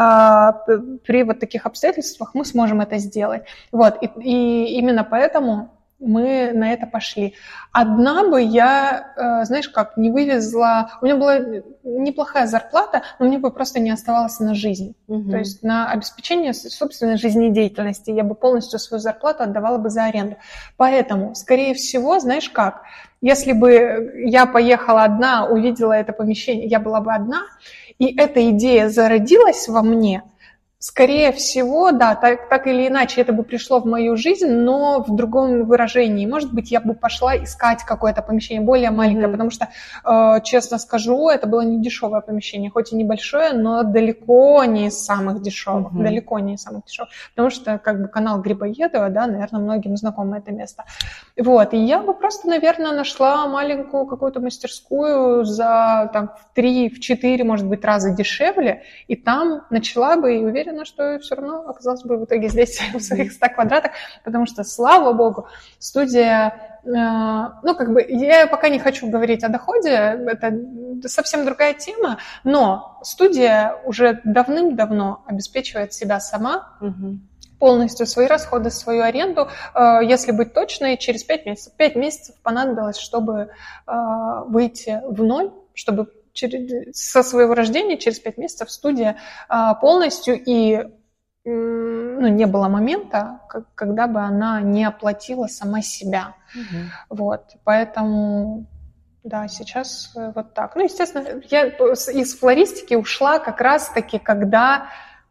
при вот таких обстоятельствах мы сможем это сделать. Вот, и именно поэтому мы на это пошли. Одна бы я, знаешь как, не вывезла... У меня была неплохая зарплата, но мне бы просто не оставалось на жизнь. То есть на обеспечение собственной жизнедеятельности я бы полностью свою зарплату отдавала бы за аренду. Поэтому, скорее всего, знаешь как, если бы я поехала одна, увидела это помещение, я была бы одна, и эта идея зародилась во мне, скорее всего, да, так или иначе это бы пришло в мою жизнь, но в другом выражении. Может быть, я бы пошла искать какое-то помещение более маленькое, потому что, честно скажу, это было не дешевое помещение, хоть и небольшое, но далеко не из самых дешевых, далеко не из самых дешевых, потому что как бы канал Грибоедова, да, наверное, многим знакомо это место. Вот, и я бы просто, наверное, нашла маленькую какую-то мастерскую за там, в 3-4, может быть, раза дешевле, и там начала бы, и уверена, что все равно оказалась бы в итоге здесь в своих 100 квадратах, потому что, слава богу, студия, ну, как бы, я пока не хочу говорить о доходе, это совсем другая тема, но студия уже давным-давно обеспечивает себя сама, полностью свои расходы, свою аренду. Если быть точной, через 5 месяцев. 5 месяцев понадобилось, чтобы выйти в ноль, чтобы со своего рождения через 5 месяцев студия полностью, и ну, не было момента, когда бы она не оплатила сама себя. Вот, поэтому... Да, сейчас вот так. Ну, естественно, я из флористики ушла как раз-таки, когда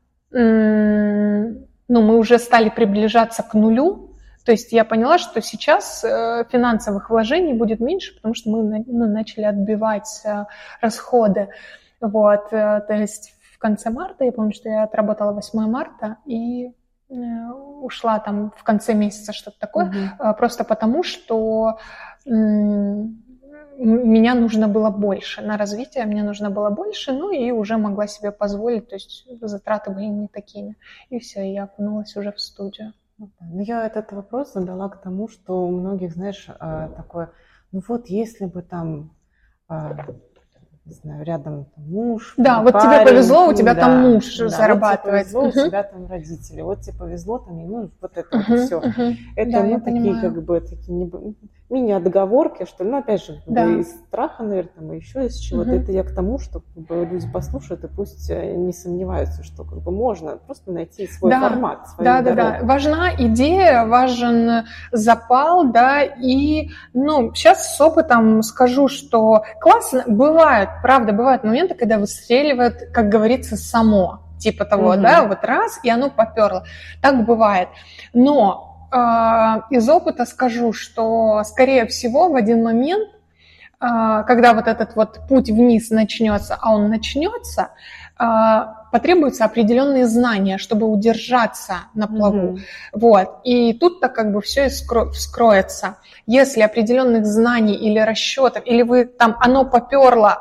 ну, мы уже стали приближаться к нулю. То есть я поняла, что сейчас финансовых вложений будет меньше, потому что мы начали отбивать расходы. Вот, то есть в конце марта, я помню, что я отработала 8 марта и ушла там в конце месяца, что-то такое, просто потому что меня нужно было больше, на развитие мне нужно было больше, ну и уже могла себе позволить, то есть затраты были не такими. И все, и я окунулась уже в студию. Ну, я этот вопрос задала к тому, что у многих, знаешь, такое, ну вот если бы там, не знаю, рядом муж, да, вот парень, тебе повезло, у тебя там муж зарабатывает. Вот тебе повезло, у тебя там родители, вот тебе повезло, там, ну, вот это вот все. Это, да, ну, такие, понимаю. Как бы, такие мини-отговорки, что ли, ну, опять же, да. Из страха, наверное, там, и еще из чего-то. Это я к тому, что как бы, люди послушают и пусть не сомневаются, что как бы можно просто найти свой формат, свою дорогу. Да. Важна идея, важен запал, да, и, ну, сейчас с опытом скажу, что классно, бывают, правда, бывают моменты, когда выстреливает, как говорится, само, типа того, да, вот раз, и оно поперло. Так бывает. Но из опыта скажу, что, скорее всего, в один момент, когда вот этот вот путь вниз начнется, а он начнется, потребуются определенные знания, чтобы удержаться на плаву. Вот. И тут-то как бы все вскроется. Если определенных знаний или расчетов, или вы там, оно поперло,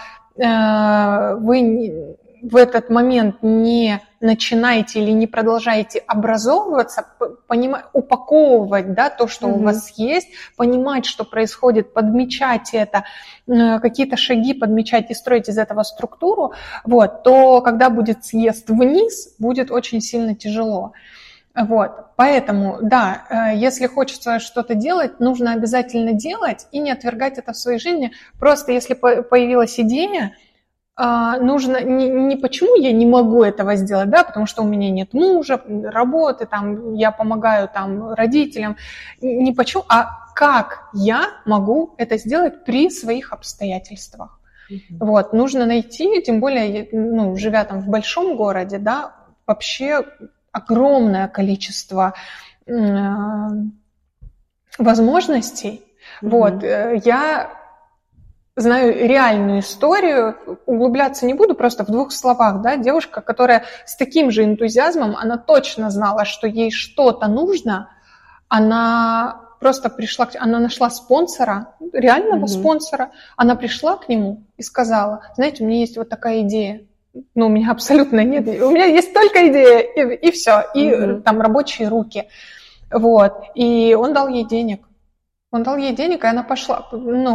а вы в этот момент не начинаете или не продолжаете образовываться, упаковывать, да, то, что у вас есть, понимать, что происходит, подмечать это, какие-то шаги подмечать и строить из этого структуру, вот, то когда будет съезд вниз, будет очень сильно тяжело. Вот, поэтому, да, если хочется что-то делать, нужно обязательно делать и не отвергать это в своей жизни. Просто если появилась идея, нужно не почему я не могу этого сделать, да, потому что у меня нет мужа, работы, там, я помогаю там родителям, не почему, а как я могу это сделать при своих обстоятельствах. Вот, нужно найти, тем более, ну, живя там в большом городе, да, вообще огромное количество возможностей. Вот, я знаю реальную историю, углубляться не буду, просто в 2 словах, да, девушка, которая с таким же энтузиазмом, она точно знала, что ей что-то нужно, она просто пришла, она нашла спонсора, реального спонсора, она пришла к нему и сказала, знаете, у меня есть вот такая идея, у меня абсолютно нет, у меня есть только идея, и все, и там рабочие руки, вот, и он дал ей денег. Он дал ей денег, и она пошла.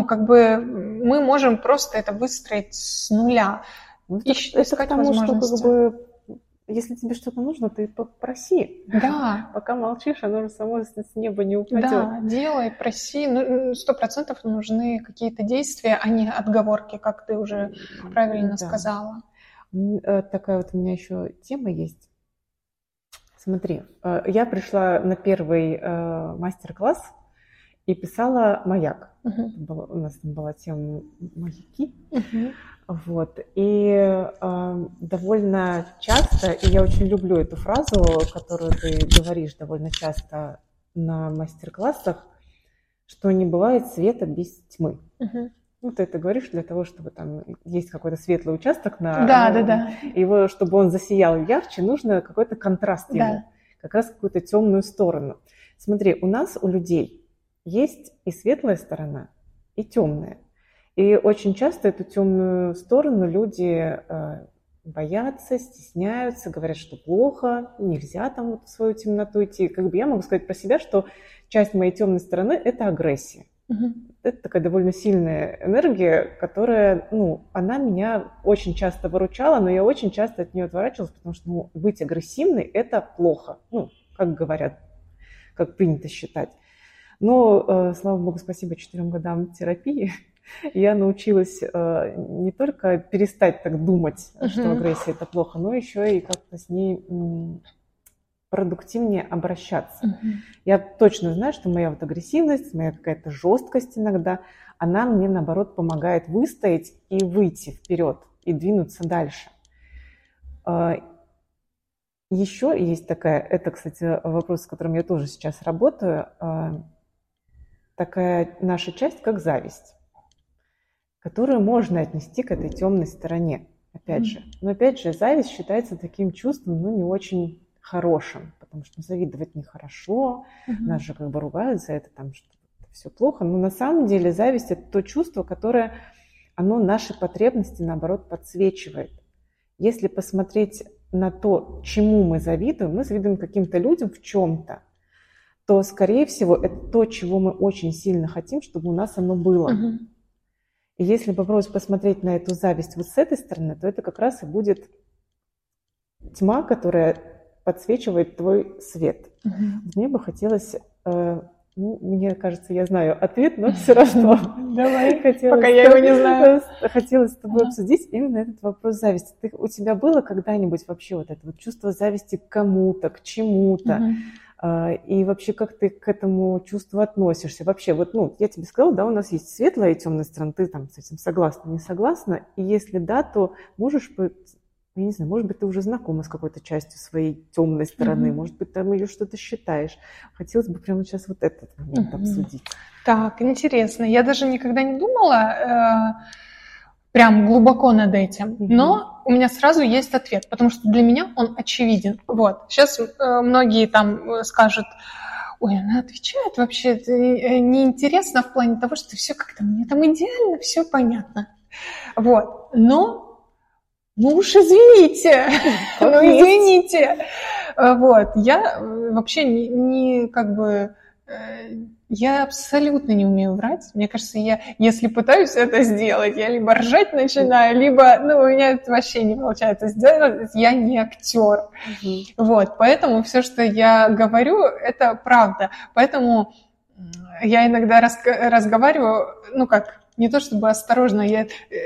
Мы можем просто это выстроить с нуля. Это потому, что если тебе что-то нужно, ты попроси. Да. Пока молчишь, оно же само с неба не упадет. Да, делай, проси. 100% нужны какие-то действия, а не отговорки, как ты уже правильно сказала. Такая вот у меня еще тема есть. Смотри, я пришла на первый мастер-класс и писала «Маяк». У нас там была тема «Маяки». Вот. И довольно часто, и я очень люблю эту фразу, которую ты говоришь довольно часто на мастер-классах, что не бывает света без тьмы. Ты это говоришь для того, чтобы там есть какой-то светлый участок, его, чтобы он засиял ярче, нужно какой-то контраст ему, как раз какую-то темную сторону. Смотри, у нас, у людей, есть и светлая сторона, и темная. И очень часто эту темную сторону люди боятся, стесняются, говорят, что плохо, нельзя там вот в свою темноту идти. Я могу сказать про себя, что часть моей темной стороны – это агрессия. Это такая довольно сильная энергия, которая, она меня очень часто выручала, но я очень часто от нее отворачивалась, потому что быть агрессивной – это плохо, как говорят, как принято считать. Но, слава богу, спасибо 4 годам терапии, я научилась не только перестать так думать, что агрессия – это плохо, но еще и как-то с ней продуктивнее обращаться. Я точно знаю, что моя вот агрессивность, моя какая-то жесткость иногда, она мне, наоборот, помогает выстоять и выйти вперед, и двинуться дальше. Еще есть это, кстати, вопрос, с которым я тоже сейчас работаю, такая наша часть, как зависть, которую можно отнести к этой темной стороне, опять же. Но опять же, зависть считается таким чувством, не очень хорошим, потому что завидовать нехорошо, нас же ругают за это, что все плохо. Но на самом деле зависть – это то чувство, которое, оно наши потребности, наоборот, подсвечивает. Если посмотреть на то, чему мы завидуем каким-то людям в чем-то, то, скорее всего, это то, чего мы очень сильно хотим, чтобы у нас оно было. И если попробовать посмотреть на эту зависть вот с этой стороны, то это как раз и будет тьма, которая подсвечивает твой свет. Мне бы хотелось, мне кажется, я знаю ответ, но все равно. Давай, пока я его не знаю. Хотелось с тобой обсудить именно этот вопрос зависти. У тебя было когда-нибудь вообще вот это вот чувство зависти к кому-то, к чему-то? И вообще, как ты к этому чувству относишься? Вообще, я тебе сказала, да, у нас есть светлая и темная сторона, ты там с этим согласна, не согласна? И если да, то можешь, я не знаю, может быть, ты уже знакома с какой-то частью своей темной стороны, может быть, там ее что-то считаешь. Хотелось бы прямо сейчас вот этот момент обсудить. Так, интересно. Я даже никогда не думала прям глубоко над этим, но у меня сразу есть ответ, потому что для меня он очевиден. Вот. Сейчас многие там скажут, ой, она отвечает вообще, это неинтересно в плане того, что все как-то мне там идеально, все понятно. Вот. Но, уж извините, извините. Вот. Я вообще я абсолютно не умею врать. Мне кажется, я, если пытаюсь это сделать, я либо ржать начинаю, либо, у меня это вообще не получается сделать. Я не актер. Вот, поэтому все, что я говорю, это правда. Поэтому я иногда разговариваю, не то чтобы осторожно, я,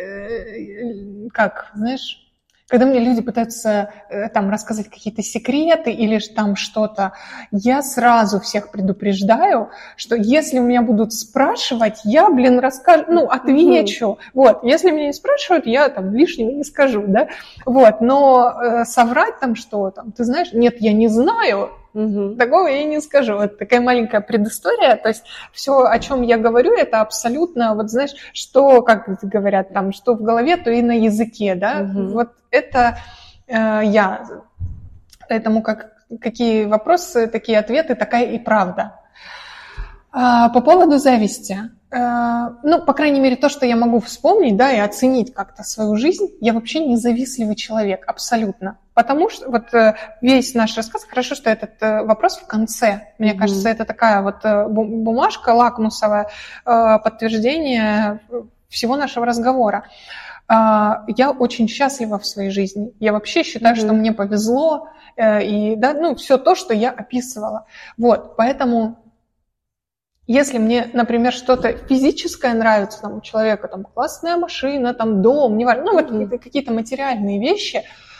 знаешь, когда мне люди пытаются там рассказать какие-то секреты или там что-то, я сразу всех предупреждаю, что если у меня будут спрашивать, я, расскажу, отвечу. Вот, если меня не спрашивают, я там лишнего не скажу, да. Вот, но соврать там что-то, ты знаешь, нет, я не знаю, Такого я не скажу. Вот такая маленькая предыстория. То есть все, о чем я говорю, это абсолютно, вот знаешь, что, как говорят, там, что в голове, то и на языке, да. Вот это я. Поэтому какие вопросы, такие ответы, такая и правда. По поводу зависти. Ну, по крайней мере, то, что я могу вспомнить, да, и оценить как-то свою жизнь, я вообще не завистливый человек, абсолютно. Потому что вот весь наш рассказ, хорошо, что этот вопрос в конце. Мне кажется, это такая вот бумажка лакмусовая, подтверждение всего нашего разговора. Я очень счастлива в своей жизни. Я вообще считаю, что мне повезло, и, да, ну, все то, что я описывала. Вот, поэтому... Если мне, например, что-то физическое нравится, там, у человека там, классная машина, там, дом, неважно, ну, вот какие-то материальные вещи,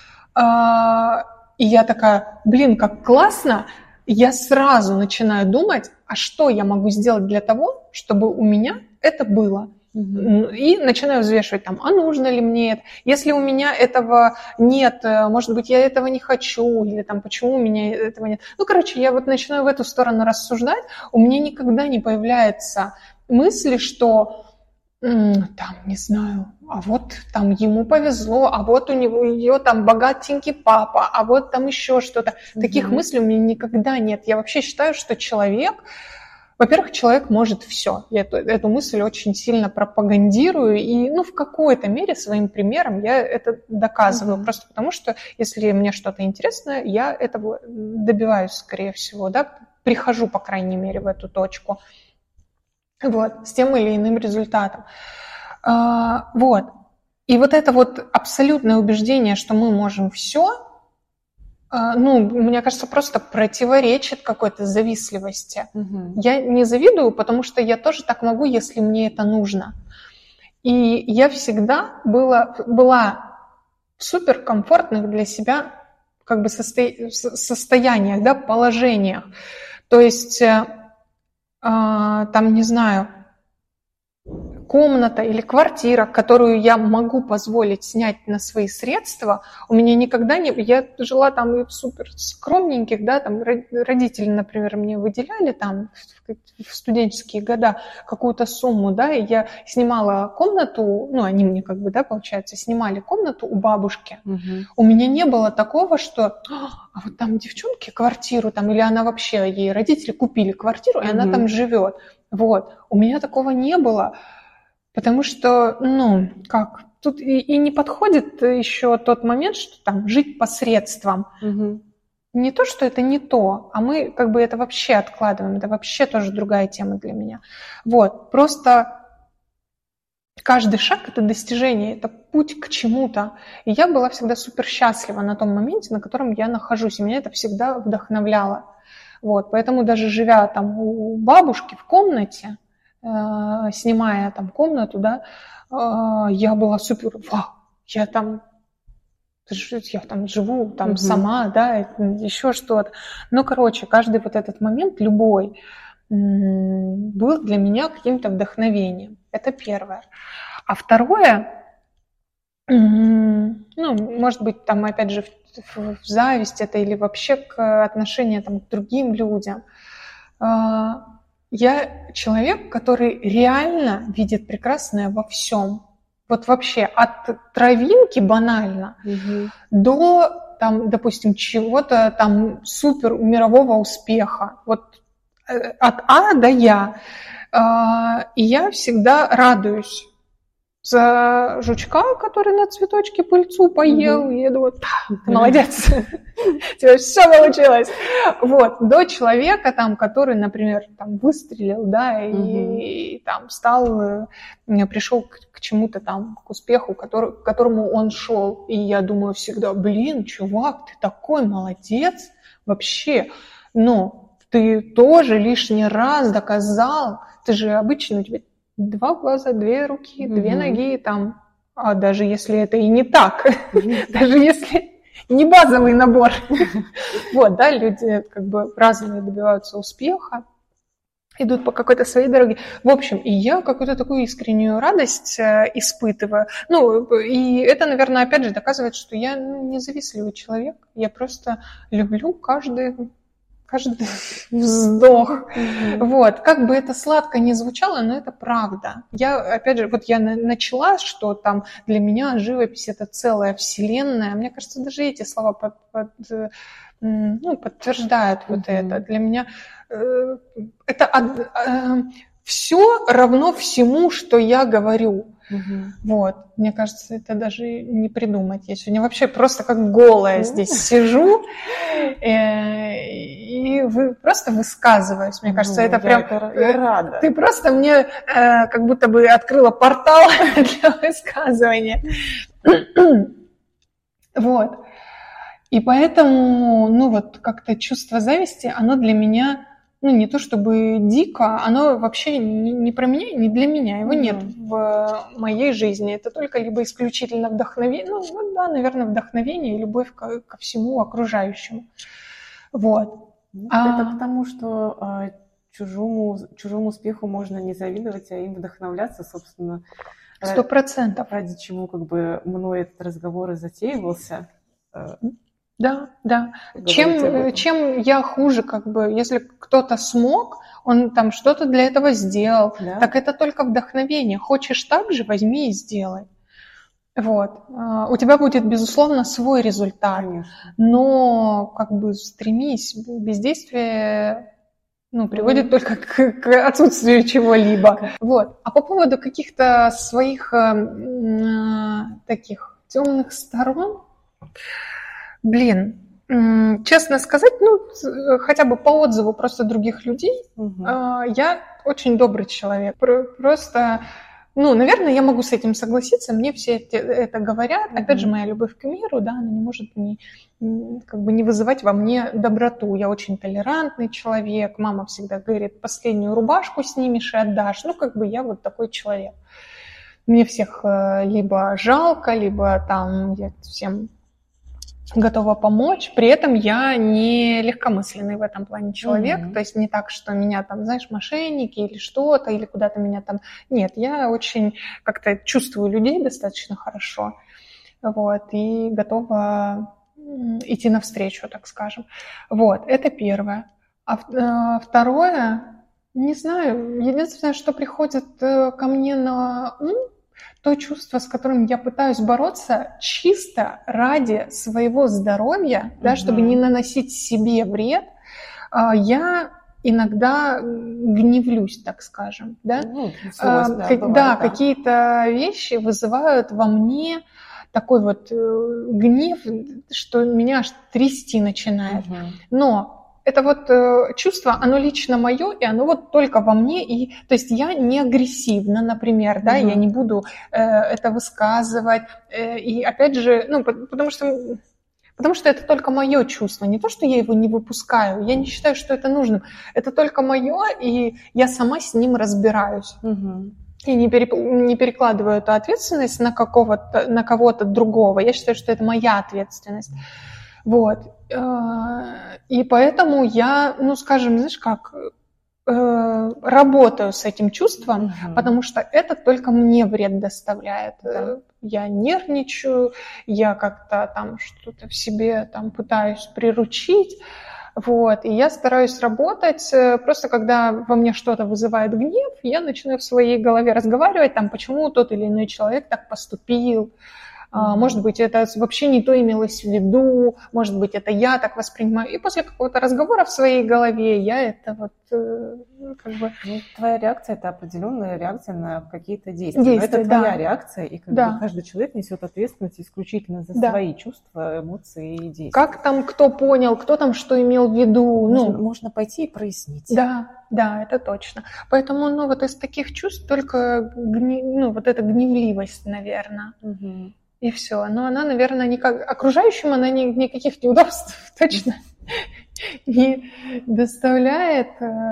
и я такая, блин, как классно, я сразу начинаю думать, а что я могу сделать для того, чтобы у меня это было. И начинаю взвешивать, там, а нужно ли мне это? Если у меня этого нет, может быть, я этого не хочу, или там, почему у меня этого нет? Ну, короче, я вот начинаю в эту сторону рассуждать, у меня никогда не появляется мысли, что, там, не знаю, а вот там ему повезло, а вот у него, ее там богатенький папа, а вот там еще что-то. Таких мыслей у меня никогда нет. Я вообще считаю, что человек... Во-первых, человек может все. Я эту мысль очень сильно пропагандирую, и ну, в какой-то мере своим примером я это доказываю. Просто потому, что если мне что-то интересно, я этого добиваюсь, скорее всего, да, прихожу, по крайней мере, в эту точку. Вот, с тем или иным результатом. Вот. И вот это вот абсолютное убеждение, что мы можем все, ну, мне кажется, просто противоречит какой-то завистливости. Я не завидую, потому что я тоже так могу, если мне это нужно. И я всегда была в суперкомфортных для себя как бы состояниях, да, положениях. То есть, там, не знаю, комната или квартира, которую я могу позволить снять на свои средства, у меня никогда не... Я жила там и в супер скромненьких, да, там родители, например, мне выделяли там в студенческие года какую-то сумму, да, и я снимала комнату, ну, они мне как бы, да, получается, снимали комнату у бабушки. У меня не было такого, что а вот там девчонке квартиру там, или она вообще, ей родители купили квартиру, и она там живет. Вот. У меня такого не было. Потому что, ну, как, тут и не подходит еще тот момент, что там жить посредством. Не то, что это не то, а мы как бы это вообще откладываем. Это вообще тоже другая тема для меня. Вот, просто каждый шаг – это достижение, это путь к чему-то. И я была всегда супер счастлива на том моменте, на котором я нахожусь. И меня это всегда вдохновляло. Вот, поэтому даже живя там у бабушки в комнате, снимая там комнату, да, я была супер, вау, я там живу там сама, да, еще что-то. Ну, короче, каждый вот этот момент, любой, был для меня каким-то вдохновением. Это первое. А второе, ну, может быть, там, опять же, в зависть это или вообще к отношению там, к другим людям. Я человек, который реально видит прекрасное во всем. Вот вообще от травинки банально до, там, допустим, чего-то там супер мирового успеха. Вот от А до Я. И я всегда радуюсь за жучка, который на цветочке пыльцу поел, и я думаю, ты молодец, у тебя все получилось. Вот, до человека, там, который, например, там, выстрелил, да, и там стал, пришел к чему-то там, к успеху, к которому он шел. И я думаю всегда, блин, чувак, ты такой молодец вообще, но ты тоже лишний раз доказал, ты же обычно, у тебя 2 глаза, 2 руки, 2 ноги, там, а даже если это и не так, даже если не базовый набор. Вот, да, люди как бы разные добиваются успеха, идут по какой-то своей дороге. В общем, и я какую-то такую искреннюю радость испытываю. Ну, и это, наверное, опять же доказывает, что я не завистливый человек. Я просто люблю каждый каждый вздох. Вот, как бы это сладко не звучало, но это правда. Я, опять же, вот я начала, что там для меня живопись — это целая вселенная. Мне кажется, даже эти слова подтверждают вот это. Для меня это все равно всему, что я говорю. Вот, мне кажется, это даже не придумать. Я сегодня вообще просто как голая здесь сижу и просто высказываюсь. Мне кажется, это прям... Я рада. Ты просто мне как будто бы открыла портал для высказывания. Вот. И поэтому, вот как-то чувство зависти, оно для меня... не то чтобы дико, оно вообще не про меня, не для меня. Его нет в моей жизни. Это только либо исключительно вдохновение, наверное, вдохновение и любовь ко всему окружающему. Вот. Это потому, что чужому успеху можно не завидовать, а им вдохновляться, собственно. 100%. Ради чего мной этот разговор и затеивался. Да. Чем я хуже, если кто-то смог, он там что-то для этого сделал, так это только вдохновение. Хочешь так же, возьми и сделай. Вот. У тебя будет, безусловно, свой результат. Конечно. Но стремись, бездействие приводит только к отсутствию чего-либо. Вот. А по поводу каких-то своих таких темных сторон, честно сказать, хотя бы по отзыву просто других людей, я очень добрый человек. Просто, наверное, я могу с этим согласиться, мне все это говорят. Опять же, моя любовь к миру, она не может не вызывать во мне доброту. Я очень толерантный человек, мама всегда говорит, последнюю рубашку снимешь и отдашь. Я вот такой человек. Мне всех либо жалко, либо я всем готова помочь, при этом я не легкомысленный в этом плане человек, то есть не так, что меня мошенники или что-то, или куда-то меня Нет, я очень как-то чувствую людей достаточно хорошо, вот, и готова идти навстречу, так скажем. Вот, это первое. А второе, не знаю, единственное, что приходит ко мне на ум, то чувство, с которым я пытаюсь бороться чисто ради своего здоровья, чтобы не наносить себе вред, я иногда гневлюсь, так скажем. Какие-то вещи вызывают во мне такой вот гнев, что меня аж трясти начинает. Но это чувство, оно лично мое, и оно только во мне. И, то есть я не агрессивна, например, я не буду это высказывать. И опять же, потому что это только мое чувство. Не то, что я его не выпускаю. Я не считаю, что это нужным. Это только мое, и я сама с ним разбираюсь. И не перекладываю эту ответственность на кого-то другого. Я считаю, что это моя ответственность. Вот. И поэтому я, работаю с этим чувством, потому что это только мне вред доставляет. Я нервничаю, я как-то что-то в себе пытаюсь приручить. Вот. И я стараюсь работать, просто когда во мне что-то вызывает гнев, я начинаю в своей голове разговаривать, почему тот или иной человек так поступил. Может быть, это вообще не то имелось в виду, может быть, это я так воспринимаю. И после какого-то разговора в своей голове я это твоя реакция – это определенная реакция на какие-то действия. Это твоя реакция, и каждый человек несет ответственность исключительно за свои чувства, эмоции и действия. Как кто понял, кто что имел в виду. Можно пойти и прояснить. Да, это точно. Поэтому, из таких чувств только эта гневливость, наверное. И все. Но она, наверное, окружающим она никаких неудобств точно не доставляет.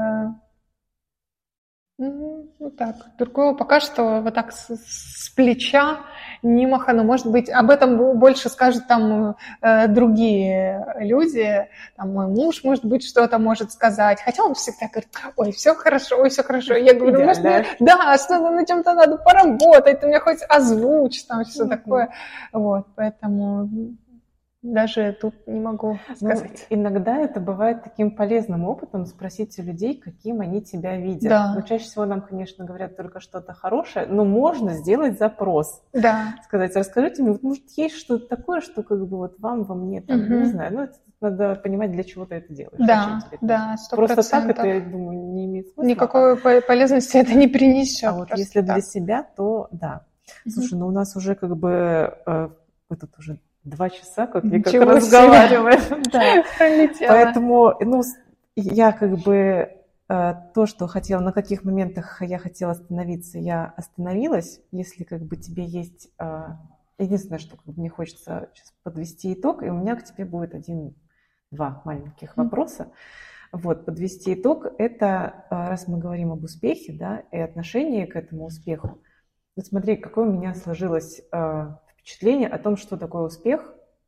Другого пока что вот так с плеча не махану. Может быть, об этом больше скажут другие люди. Мой муж, может быть, что-то может сказать. Хотя он всегда говорит, ой, все хорошо. Я говорю, может, что-то на чем-то надо поработать, ты мне хоть озвучь, все такое. Вот, поэтому даже тут не могу сказать. Иногда это бывает таким полезным опытом спросить у людей, каким они тебя видят. Да. Но чаще всего нам, конечно, говорят только что-то хорошее, но можно сделать запрос. Да. Сказать, расскажите мне, вот, может, есть что-то такое, что как бы вот вам, во мне, там, не знаю, это надо понимать, для чего ты это делаешь. Да, 100%. Просто так это, я думаю, не имеет смысла. Никакой полезности это не принесет. А вот если для себя, то да. Слушай, ну у нас уже как бы, мы тут уже 2 часа, как разговариваем. Да. Поэтому, я как бы то, что хотела, на каких моментах я хотела остановиться, я остановилась. Если как бы тебе есть... Единственное, что как бы мне хочется сейчас подвести итог, и у меня к тебе будет 1-2 маленьких вопроса. Вот, подвести итог – это, раз мы говорим об успехе, да, и отношении к этому успеху, вот смотри, какое у меня сложилось впечатление о том, что такое успех.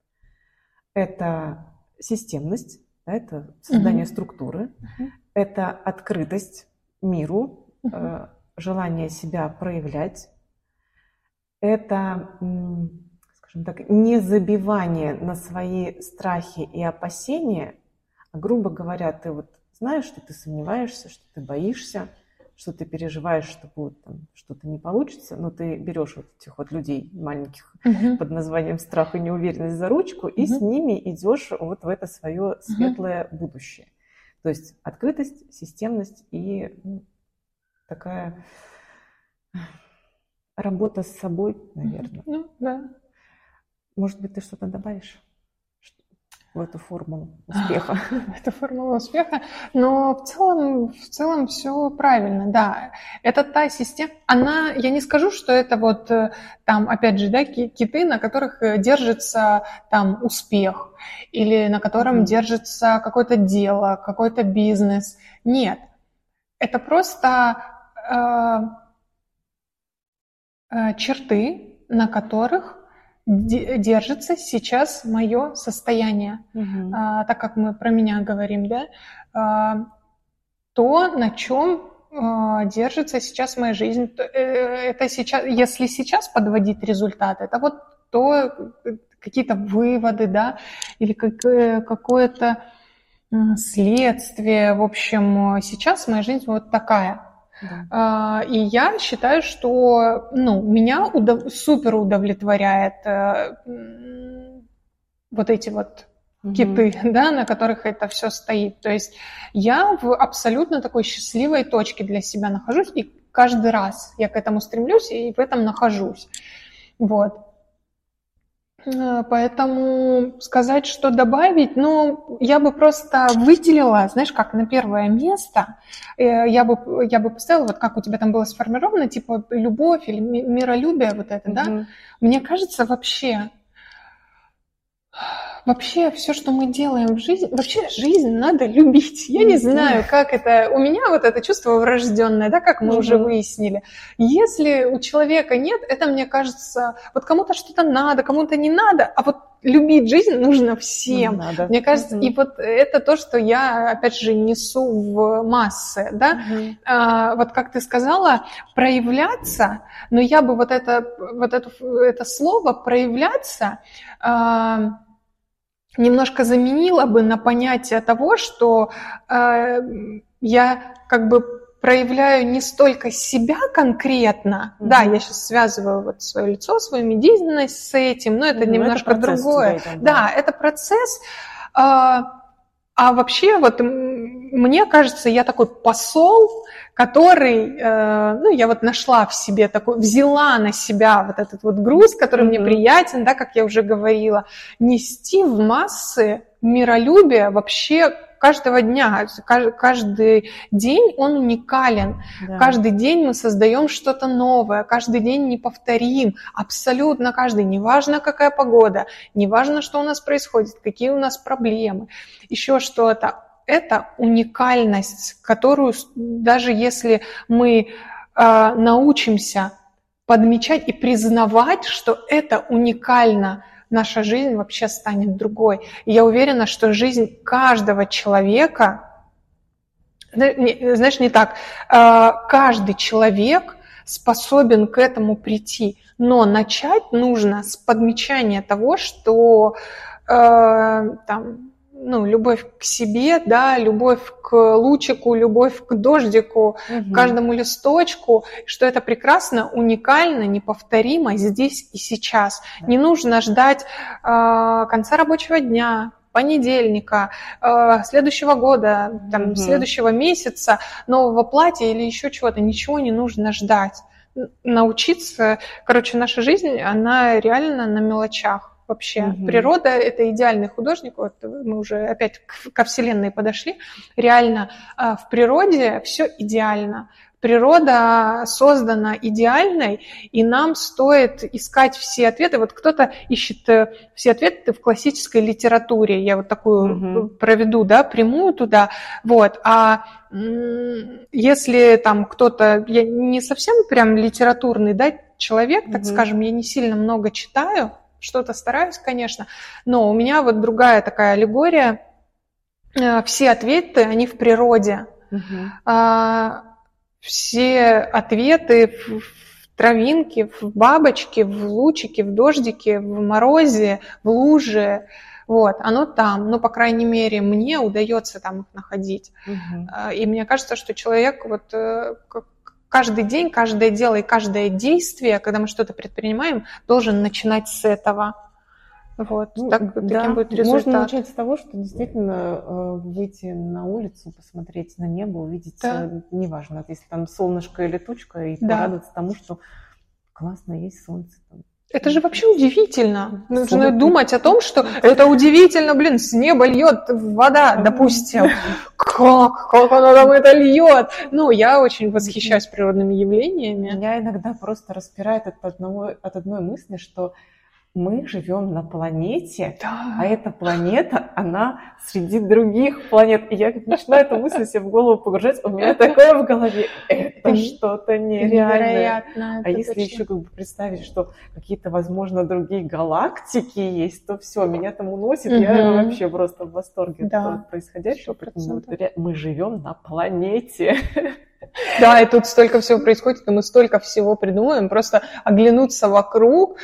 Это системность, да, это создание структуры, это открытость миру, желание себя проявлять, это, скажем так, не забивание на свои страхи и опасения, а, грубо говоря, ты вот знаешь, что ты сомневаешься, что ты боишься, что ты переживаешь, что будет там, что-то не получится, но ты берешь вот этих вот людей маленьких под названием страх и неуверенность за ручку и с ними идешь вот в это свое светлое будущее. То есть открытость, системность и такая работа с собой, наверное. Да. Может быть, ты что-то добавишь в эту формулу успеха? Это формула успеха. Но в целом все правильно, да. Это та система, я не скажу, что это вот там, опять же, да, киты, на которых держится там успех, или на котором держится какое-то дело, какой-то бизнес. Нет. Это просто черты, на которых держится сейчас мое состояние. Так как мы про меня говорим, да, то, на чем держится сейчас моя жизнь. Это сейчас, если сейчас подводить результат, это вот то, какие-то выводы, да, или какое-то следствие. В общем, сейчас моя жизнь вот такая. Да. И я считаю, что меня супер удовлетворяет вот эти вот киты, да, на которых это все стоит. То есть я в абсолютно такой счастливой точке для себя нахожусь, и каждый раз я к этому стремлюсь и в этом нахожусь. Вот. Поэтому сказать, что добавить, я бы просто выделила, знаешь, как на первое место, я бы поставила, вот как у тебя там было сформировано, типа любовь или миролюбие, вот это, да? Мне кажется, вообще все, что мы делаем в жизни, вообще жизнь надо любить. Я не знаю, как это... У меня вот это чувство врожденное, да, как мы уже выяснили. Если у человека нет, это, мне кажется, вот кому-то что-то надо, кому-то не надо, а вот любить жизнь нужно всем. Надо. Мне кажется, и вот это то, что я, опять же, несу в массы, да. Вот как ты сказала, проявляться, но я бы вот это слово «проявляться» немножко заменила бы на понятие того, что я как бы проявляю не столько себя конкретно, да, я сейчас связываю вот свое лицо, свою медийность с этим, но это немножко это другое. Да, это процесс. А вообще вот мне кажется, я такой посол, который, я вот нашла в себе такой, взяла на себя вот этот вот груз, который мне приятен, да, как я уже говорила, нести в массы миролюбие вообще каждого дня. Каждый день он уникален. Да. Каждый день мы создаем что-то новое, каждый день неповторим, абсолютно каждый. Неважно, какая погода, неважно, что у нас происходит, какие у нас проблемы, еще что-то. Это уникальность, которую даже если мы научимся подмечать и признавать, что это уникально, наша жизнь вообще станет другой. И я уверена, что жизнь каждого человека, знаешь, не так, каждый человек способен к этому прийти, но начать нужно с подмечания того, что там, ну, любовь к себе, да, любовь к лучику, любовь к дождику, к каждому листочку, что это прекрасно, уникально, неповторимо здесь и сейчас. Не нужно ждать конца рабочего дня, понедельника, следующего года, там, следующего месяца, нового платья или еще чего-то. Ничего не нужно ждать. Научиться, короче, наша жизнь, она реально на мелочах. Вообще, природа – это идеальный художник. Вот мы уже опять ко Вселенной подошли. Реально, в природе все идеально. Природа создана идеальной, и нам стоит искать все ответы. Вот кто-то ищет все ответы в классической литературе. Я вот такую проведу, да, прямую туда. Вот. А если там кто-то, я не совсем прям литературный, да, человек, так скажем, я не сильно много читаю, что-то стараюсь, конечно, но у меня вот другая такая аллегория. Все ответы, они в природе. Все ответы в травинке, в бабочке, в лучике, в дождике, в морозе, в луже. Вот, оно там. Ну, по крайней мере, мне удается там их находить. И мне кажется, что человек вот каждый день, каждое дело и каждое действие, когда мы что-то предпринимаем, должен начинать с этого. Вот, ну, таким будет результат. Можно начать с того, что действительно выйти на улицу, посмотреть на небо, увидеть, неважно, если там солнышко или тучка, и порадоваться тому, что классно, есть солнце. Это же вообще удивительно. Нужно думать о том, что это удивительно, блин, с неба льет вода, допустим. Как она там это льет? Ну, я очень восхищаюсь природными явлениями. Меня иногда просто распирает от одной мысли, что мы живем на планете, а эта планета, она среди других планет. И я начинаю эту мысль себе в голову погружать, у меня такое в голове, это что-то нереальное. А если еще как бы представить, что какие-то, возможно, другие галактики есть, то все, меня там уносит, я вообще просто в восторге от происходящего. Мы живем на планете. Да, и тут столько всего происходит, и мы столько всего придумаем, просто оглянуться вокруг,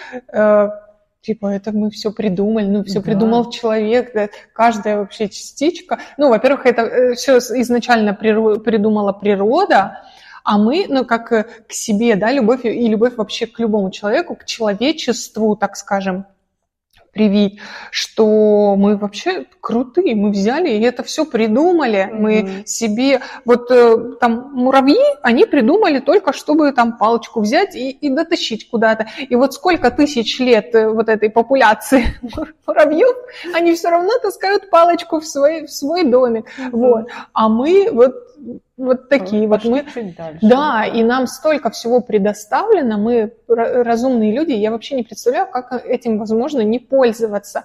типа, это мы все придумали, ну, все придумал человек, да, каждая вообще частичка. Ну, во-первых, это все изначально придумала природа, а мы, ну, как к себе, да, любовь и любовь вообще к любому человеку, к человечеству, так скажем, привить, что мы вообще крутые, мы взяли и это все придумали, мы себе, вот там муравьи, они придумали только, чтобы там палочку взять и дотащить куда-то, и вот сколько тысяч лет вот этой популяции муравьев, они все равно таскают палочку в свой домик, вот, а мы вот такие вот мы. Да, и нам столько всего предоставлено, мы разумные люди, я вообще не представляю, как этим возможно не пользоваться.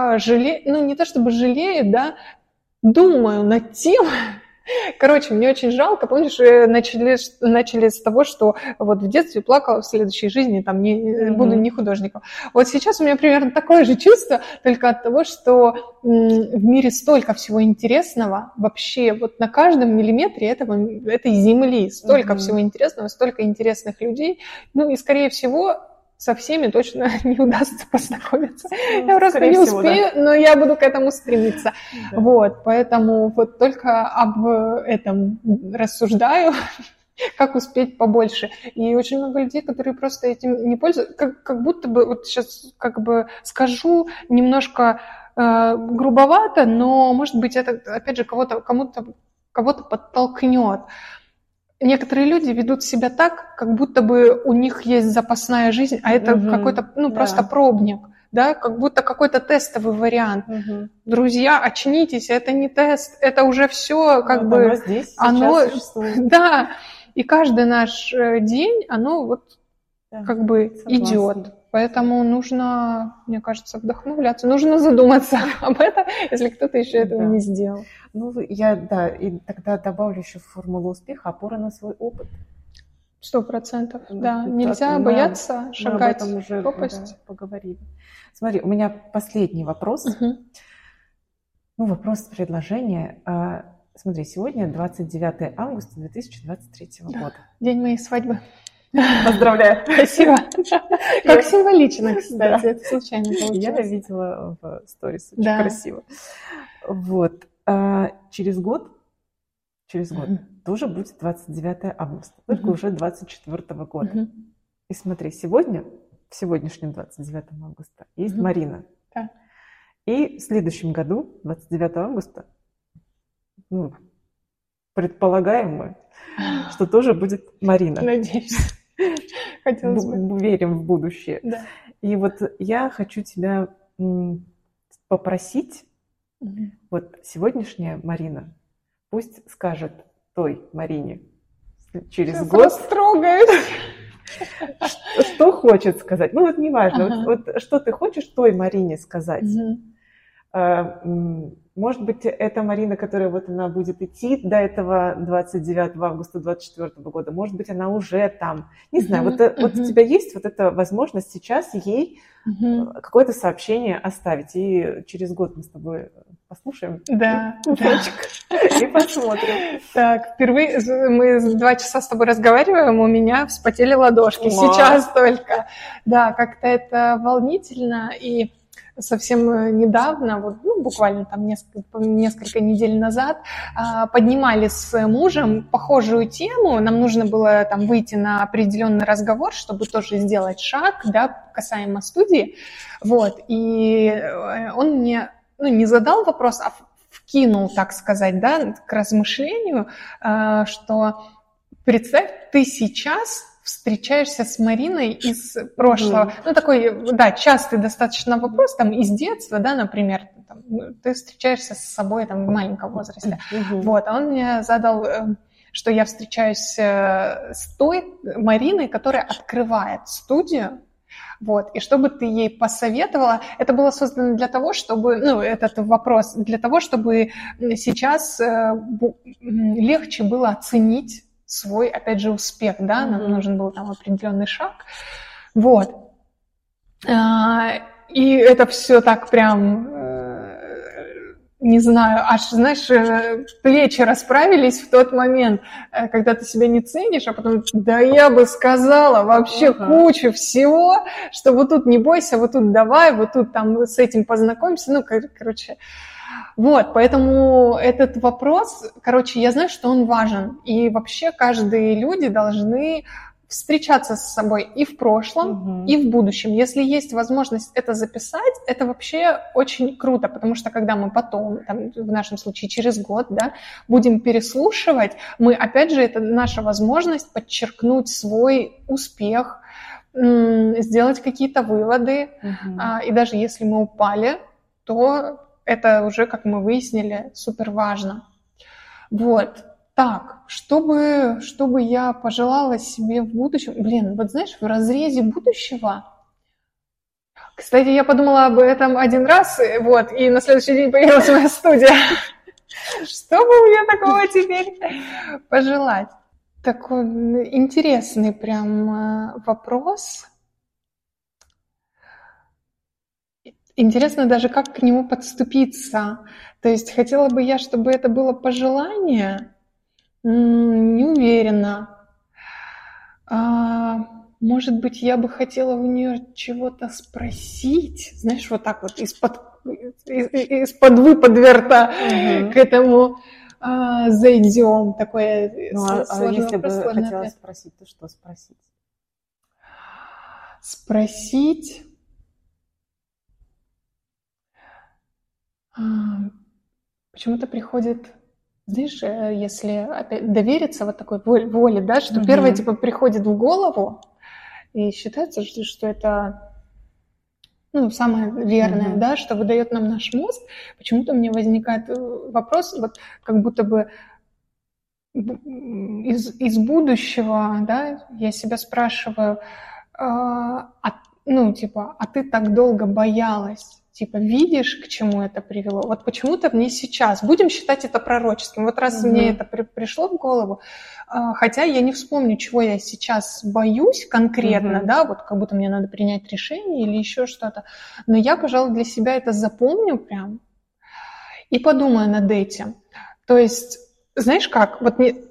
Ну, не то чтобы жалею, да, думаю над тем. Короче, мне очень жалко, помнишь, начали с того, что вот в детстве плакала, в следующей жизни там буду не художником. Вот сейчас у меня примерно такое же чувство, только от того, что в мире столько всего интересного, вообще вот на каждом миллиметре этой земли столько всего интересного, столько интересных людей, ну и скорее всего со всеми точно не удастся познакомиться. Я просто не успею, но я буду к этому стремиться. Да. Вот, поэтому вот только об этом рассуждаю, как успеть побольше. И очень много людей, которые просто этим не пользуются, как будто бы, вот сейчас как бы скажу немножко грубовато, но, может быть, это, опять же, кого-то подтолкнет. Некоторые люди ведут себя так, как будто бы у них есть запасная жизнь, а это какой-то, просто пробник, да, как будто какой-то тестовый вариант. Друзья, очнитесь, это не тест, это уже все как бы... Оно да, и каждый наш день, оно вот как бы идет. Поэтому нужно, мне кажется, вдохновляться, нужно задуматься об этом, если кто-то еще этого не сделал. Ну, и тогда добавлю еще формулу успеха, опора на свой опыт. 100%, да. Нельзя бояться шагать в пропасть. Поговорили. Смотри, у меня последний вопрос. Ну, вопрос предложения. Смотри, сегодня 29 августа 2023 года. День моей свадьбы. Поздравляю. Спасибо. Как символично, кстати, это случайно получилось. Я видела в сторис, очень красиво. Вот. Через год тоже будет 29 августа, только уже 24 года. И смотри, в сегодняшнем 29 августа, есть Марина. Да. И в следующем году, 29 августа, предполагаем мы, что тоже будет Марина. Надеюсь. Хотелось бы. Верим в будущее. Да. И вот я хочу тебя попросить, вот сегодняшняя Марина пусть скажет той Марине через год, что хочет сказать. Ну вот неважно, вот что ты хочешь той Марине сказать. Может быть, это Марина, которая вот она будет идти до этого 29 августа 2024 года. Может быть, она уже там. Не знаю, вот у тебя есть вот эта возможность сейчас ей какое-то сообщение оставить. И через год мы с тобой послушаем кусочек и посмотрим. Так, впервые мы 2 часа с тобой разговариваем, у меня вспотели ладошки. Сейчас только. Да, как-то это волнительно. И совсем недавно, вот, буквально там несколько недель назад, поднимали с мужем похожую тему. Нам нужно было там выйти на определенный разговор, чтобы тоже сделать шаг, да, касаемо студии. Вот. И он мне, не задал вопрос, а вкинул, так сказать, да, к размышлению, что представь, ты сейчас встречаешься с Мариной из прошлого. Такой, да, частый достаточно вопрос, там, из детства, да, например, там, ты встречаешься с собой там в маленьком возрасте. Вот, а он мне задал, что я встречаюсь с той Мариной, которая открывает студию. Вот, и что бы ты ей посоветовала, это было создано для того, чтобы, этот вопрос, для того, чтобы сейчас легче было оценить свой, опять же, успех, да, нам нужен был там определенный шаг, вот. И это все так прям, не знаю, аж, знаешь, плечи расправились в тот момент, когда ты себя не ценишь, а потом, да я бы сказала вообще кучу всего, что вот тут не бойся, вот тут давай, вот тут там с этим познакомься, короче. Вот, поэтому этот вопрос, я знаю, что он важен. И вообще каждые люди должны встречаться с собой и в прошлом, и в будущем. Если есть возможность это записать, это вообще очень круто, потому что когда мы потом, там, в нашем случае через год, да, будем переслушивать, мы, опять же, это наша возможность подчеркнуть свой успех, сделать какие-то выводы. И даже если мы упали, то это уже, как мы выяснили, супер важно. Вот. Так, что бы я пожелала себе в будущем? Вот знаешь, в разрезе будущего... Кстати, я подумала об этом один раз, вот, и на следующий день появилась моя студия. Что бы мне такого теперь пожелать? Такой интересный прям вопрос. Интересно даже, как к нему подступиться. То есть хотела бы я, чтобы это было пожелание? Не уверена. Может быть, я бы хотела у нее чего-то спросить. Знаешь, вот так вот из-под выпад рта к этому зайдем. Такое если бы хотела спросить, то что спросить? Спросить... Почему-то приходит, знаешь, если опять довериться вот такой воле, да, что первое типа приходит в голову, и считается, что это самое верное, да, что выдает нам наш мозг. Почему-то мне возникает вопрос, вот как будто бы из будущего, да, я себя спрашиваю, а ты так долго боялась? Типа, видишь, к чему это привело? Вот почему-то мне сейчас, будем считать это пророческим, вот раз мне это пришло в голову, хотя я не вспомню, чего я сейчас боюсь конкретно, да, вот как будто мне надо принять решение или еще что-то, но я, пожалуй, для себя это запомню прям и подумаю над этим. То есть, знаешь как, вот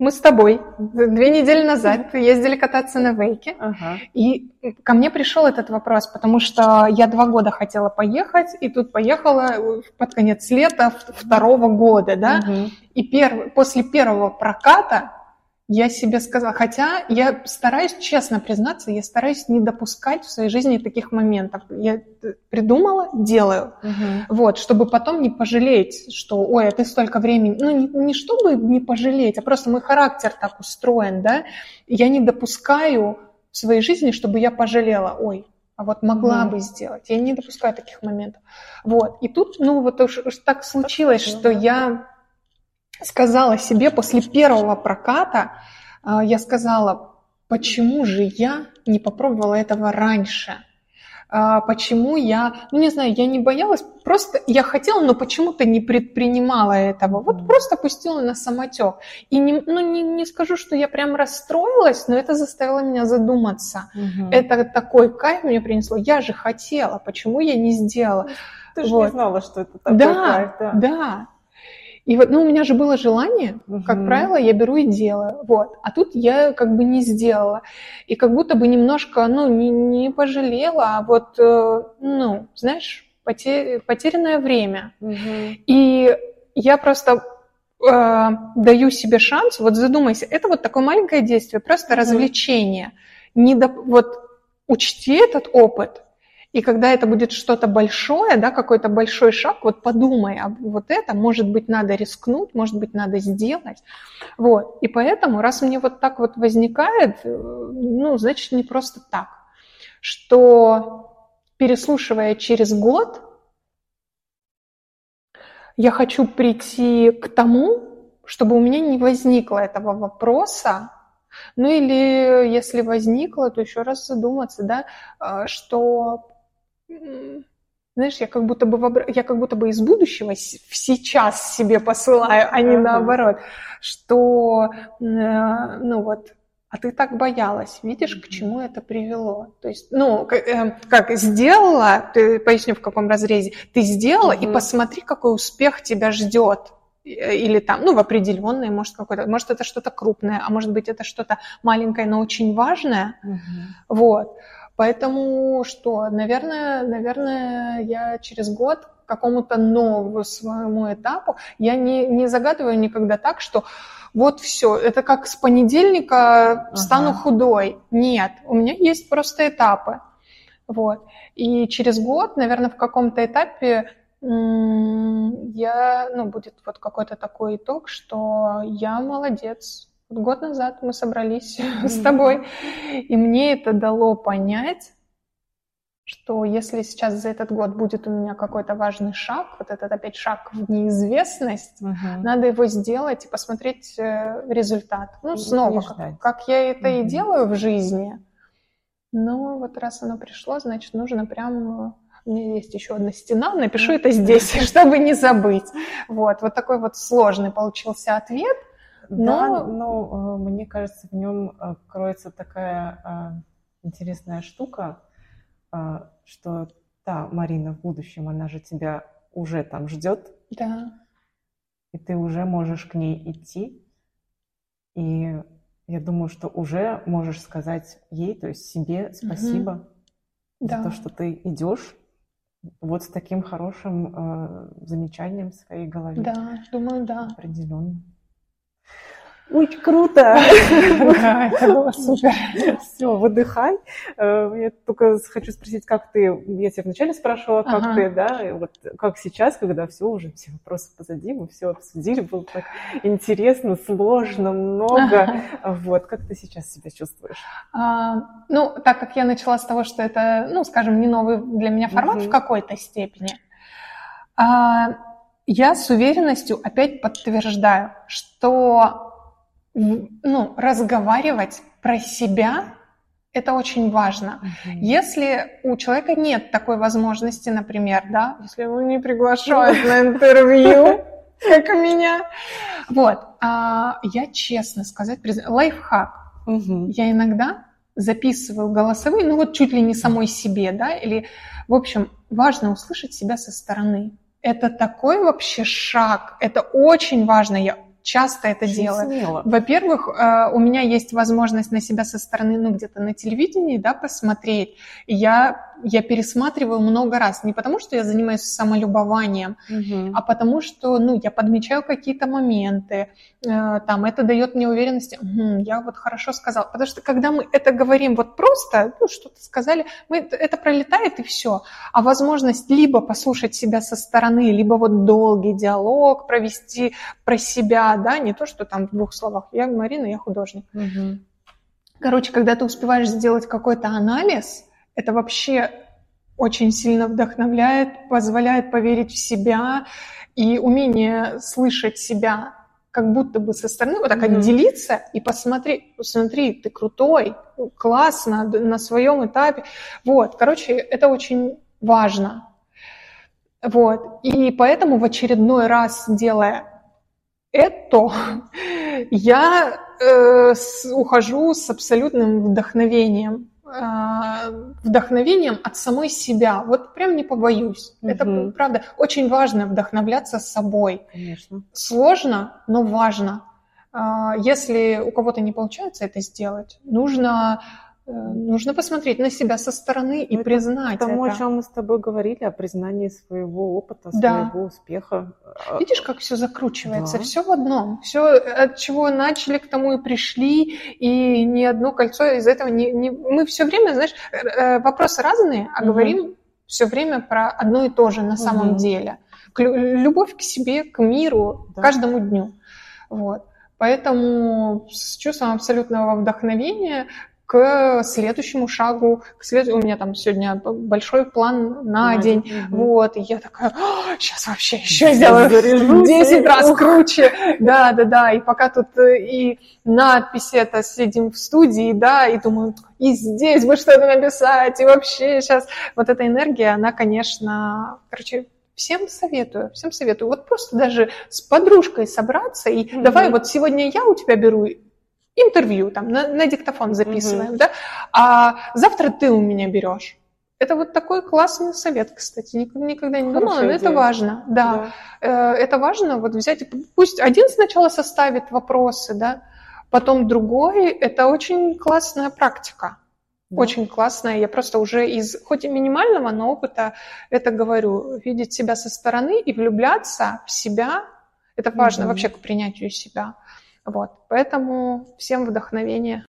мы с тобой 2 недели назад ездили кататься на вейке, и ко мне пришел этот вопрос, потому что я 2 года хотела поехать, и тут поехала под конец лета 2-го года, да, и после первого проката я себе сказала, хотя я стараюсь, честно признаться, я стараюсь не допускать в своей жизни таких моментов. Я придумала, делаю. Вот, чтобы потом не пожалеть, что, ой, а ты столько времени... Ну, не чтобы не пожалеть, а просто мой характер так устроен, да. Я не допускаю в своей жизни, чтобы я пожалела, ой, а вот могла бы сделать. Я не допускаю таких моментов. Вот, и тут, ну, вот уж так случилось, что я... сказала себе после первого проката, я сказала, почему же я не попробовала этого раньше? Почему я, ну не знаю, я не боялась, просто я хотела, но почему-то не предпринимала этого. Вот просто пустила на самотек. И не скажу, что я прям расстроилась, но это заставило меня задуматься. Это такой кайф мне принесло. Я же хотела, почему я не сделала? Ты же не знала, что это такой кайф. Да. И вот, ну, у меня же было желание, как правило, я беру и делаю, вот. А тут я как бы не сделала. И как будто бы немножко, ну, не пожалела, а вот, ну, знаешь, потерянное время. И я просто даю себе шанс, вот задумайся, это вот такое маленькое действие, просто развлечение. Вот учти этот опыт. И когда это будет что-то большое, да, какой-то большой шаг, вот подумай, а вот это, может быть, надо рискнуть, может быть, надо сделать. Вот. И поэтому, раз мне вот так вот возникает, ну, значит, не просто так, что, переслушивая через год, я хочу прийти к тому, чтобы у меня не возникло этого вопроса, ну или если возникло, то еще раз задуматься, да, что... Знаешь, я как будто бы из будущего в сейчас себе посылаю, а не наоборот, что, ну вот, а ты так боялась, видишь, к чему это привело. То есть, ну, как сделала, поясню, в каком разрезе, ты сделала, и посмотри, какой успех тебя ждет. Или там, ну, в определенное, может, какое-то, может, это что-то крупное, а может быть, это что-то маленькое, но очень важное. Вот. Поэтому что, наверное, я через год к какому-то новому своему этапу, я не загадываю никогда так, что вот все, это как с понедельника стану худой. Нет, у меня есть просто этапы. Вот. И через год, наверное, в каком-то этапе будет вот какой-то такой итог, что я молодец. Год назад мы собрались с тобой, и мне это дало понять, что если сейчас за этот год будет у меня какой-то важный шаг, вот этот опять шаг в неизвестность, надо его сделать и посмотреть результат. Ну, снова, как я это и делаю в жизни. Но вот раз оно пришло, значит, нужно прям... У меня есть еще одна стена, напишу это здесь, чтобы не забыть. Вот такой вот сложный получился ответ. Но мне кажется, в нем кроется такая интересная штука, что та Марина в будущем, она же тебя уже там ждет. Да. И ты уже можешь к ней идти. И я думаю, что уже можешь сказать ей, то есть себе спасибо за то, что ты идешь вот с таким хорошим замечанием в своей голове. Да, думаю, да. Определенно. Ой, круто! Да, это было супер. Все, выдыхай. Я только хочу спросить, как ты... Я тебя вначале спрашивала, как ты, да? И вот как сейчас, когда все вопросы позади, мы все обсудили, было так интересно, сложно, много. Вот, как ты сейчас себя чувствуешь? Ну, так как я начала с того, что это, ну, скажем, не новый для меня формат в какой-то степени, я с уверенностью опять подтверждаю, что... Ну, разговаривать про себя – это очень важно. Если у человека нет такой возможности, например, да, если его не приглашают на интервью, как у меня, вот, я, честно сказать, лайфхак. Я иногда записываю голосовые, ну вот чуть ли не самой себе, да, или, в общем, важно услышать себя со стороны. Это такой вообще шаг, это очень важно, я часто это Очень делаю. смело. Во-первых, у меня есть возможность на себя со стороны, ну, где-то на телевидении, да, посмотреть. И я пересматриваю много раз. Не потому, что я занимаюсь самолюбованием, а потому, что, ну, я подмечаю какие-то моменты, там, это дает мне уверенность, я вот хорошо сказала. Потому что, когда мы это говорим вот просто, ну, что-то сказали, это пролетает и все. А возможность либо послушать себя со стороны, либо вот долгий диалог провести про себя, да, не то, что там в 2 словах. Я Марина, я художник. Короче, когда ты успеваешь сделать какой-то анализ, это вообще очень сильно вдохновляет, позволяет поверить в себя, и умение слышать себя как будто бы со стороны, вот так отделиться и посмотри, смотри, ты крутой, классно, на своем этапе. Вот, короче, это очень важно. Вот, и поэтому в очередной раз, делая это, я ухожу с абсолютным вдохновением от самой себя. Вот прям не побоюсь. Это, правда, очень важно вдохновляться собой. Конечно. Сложно, но важно. Если у кого-то не получается это сделать, нужно посмотреть на себя со стороны и признать это. Тому, о чем мы с тобой говорили, о признании своего опыта, своего успеха. Видишь, как все закручивается, все в одном. Все, от чего начали, к тому и пришли, и ни одно кольцо из этого мы все время, знаешь, вопросы разные, а говорим все время про одно и то же на самом деле. Любовь к себе, к миру, каждому дню. Вот. Поэтому с чувством абсолютного вдохновения к следующему шагу, у меня там сегодня большой план на день, вот, и я такая, сейчас вообще еще сделаю 10 раз круче, да, и пока тут и надписи это сидим в студии, да, и думаю, и здесь бы что-то написать, и вообще сейчас вот эта энергия, она, конечно, короче, Всем советую. Вот просто даже с подружкой собраться и давай вот сегодня я у тебя беру интервью, там, на диктофон записываем, да, а завтра ты у меня берешь. Это вот такой классный совет, кстати, никогда не думала, но это важно, да. Это важно вот взять, пусть один сначала составит вопросы, да, потом другой, это очень классная практика. Очень классная. Я просто уже из, хоть и минимального, но опыта это говорю. Видеть себя со стороны и влюбляться в себя, это важно вообще к принятию себя. Вот. Поэтому всем вдохновения.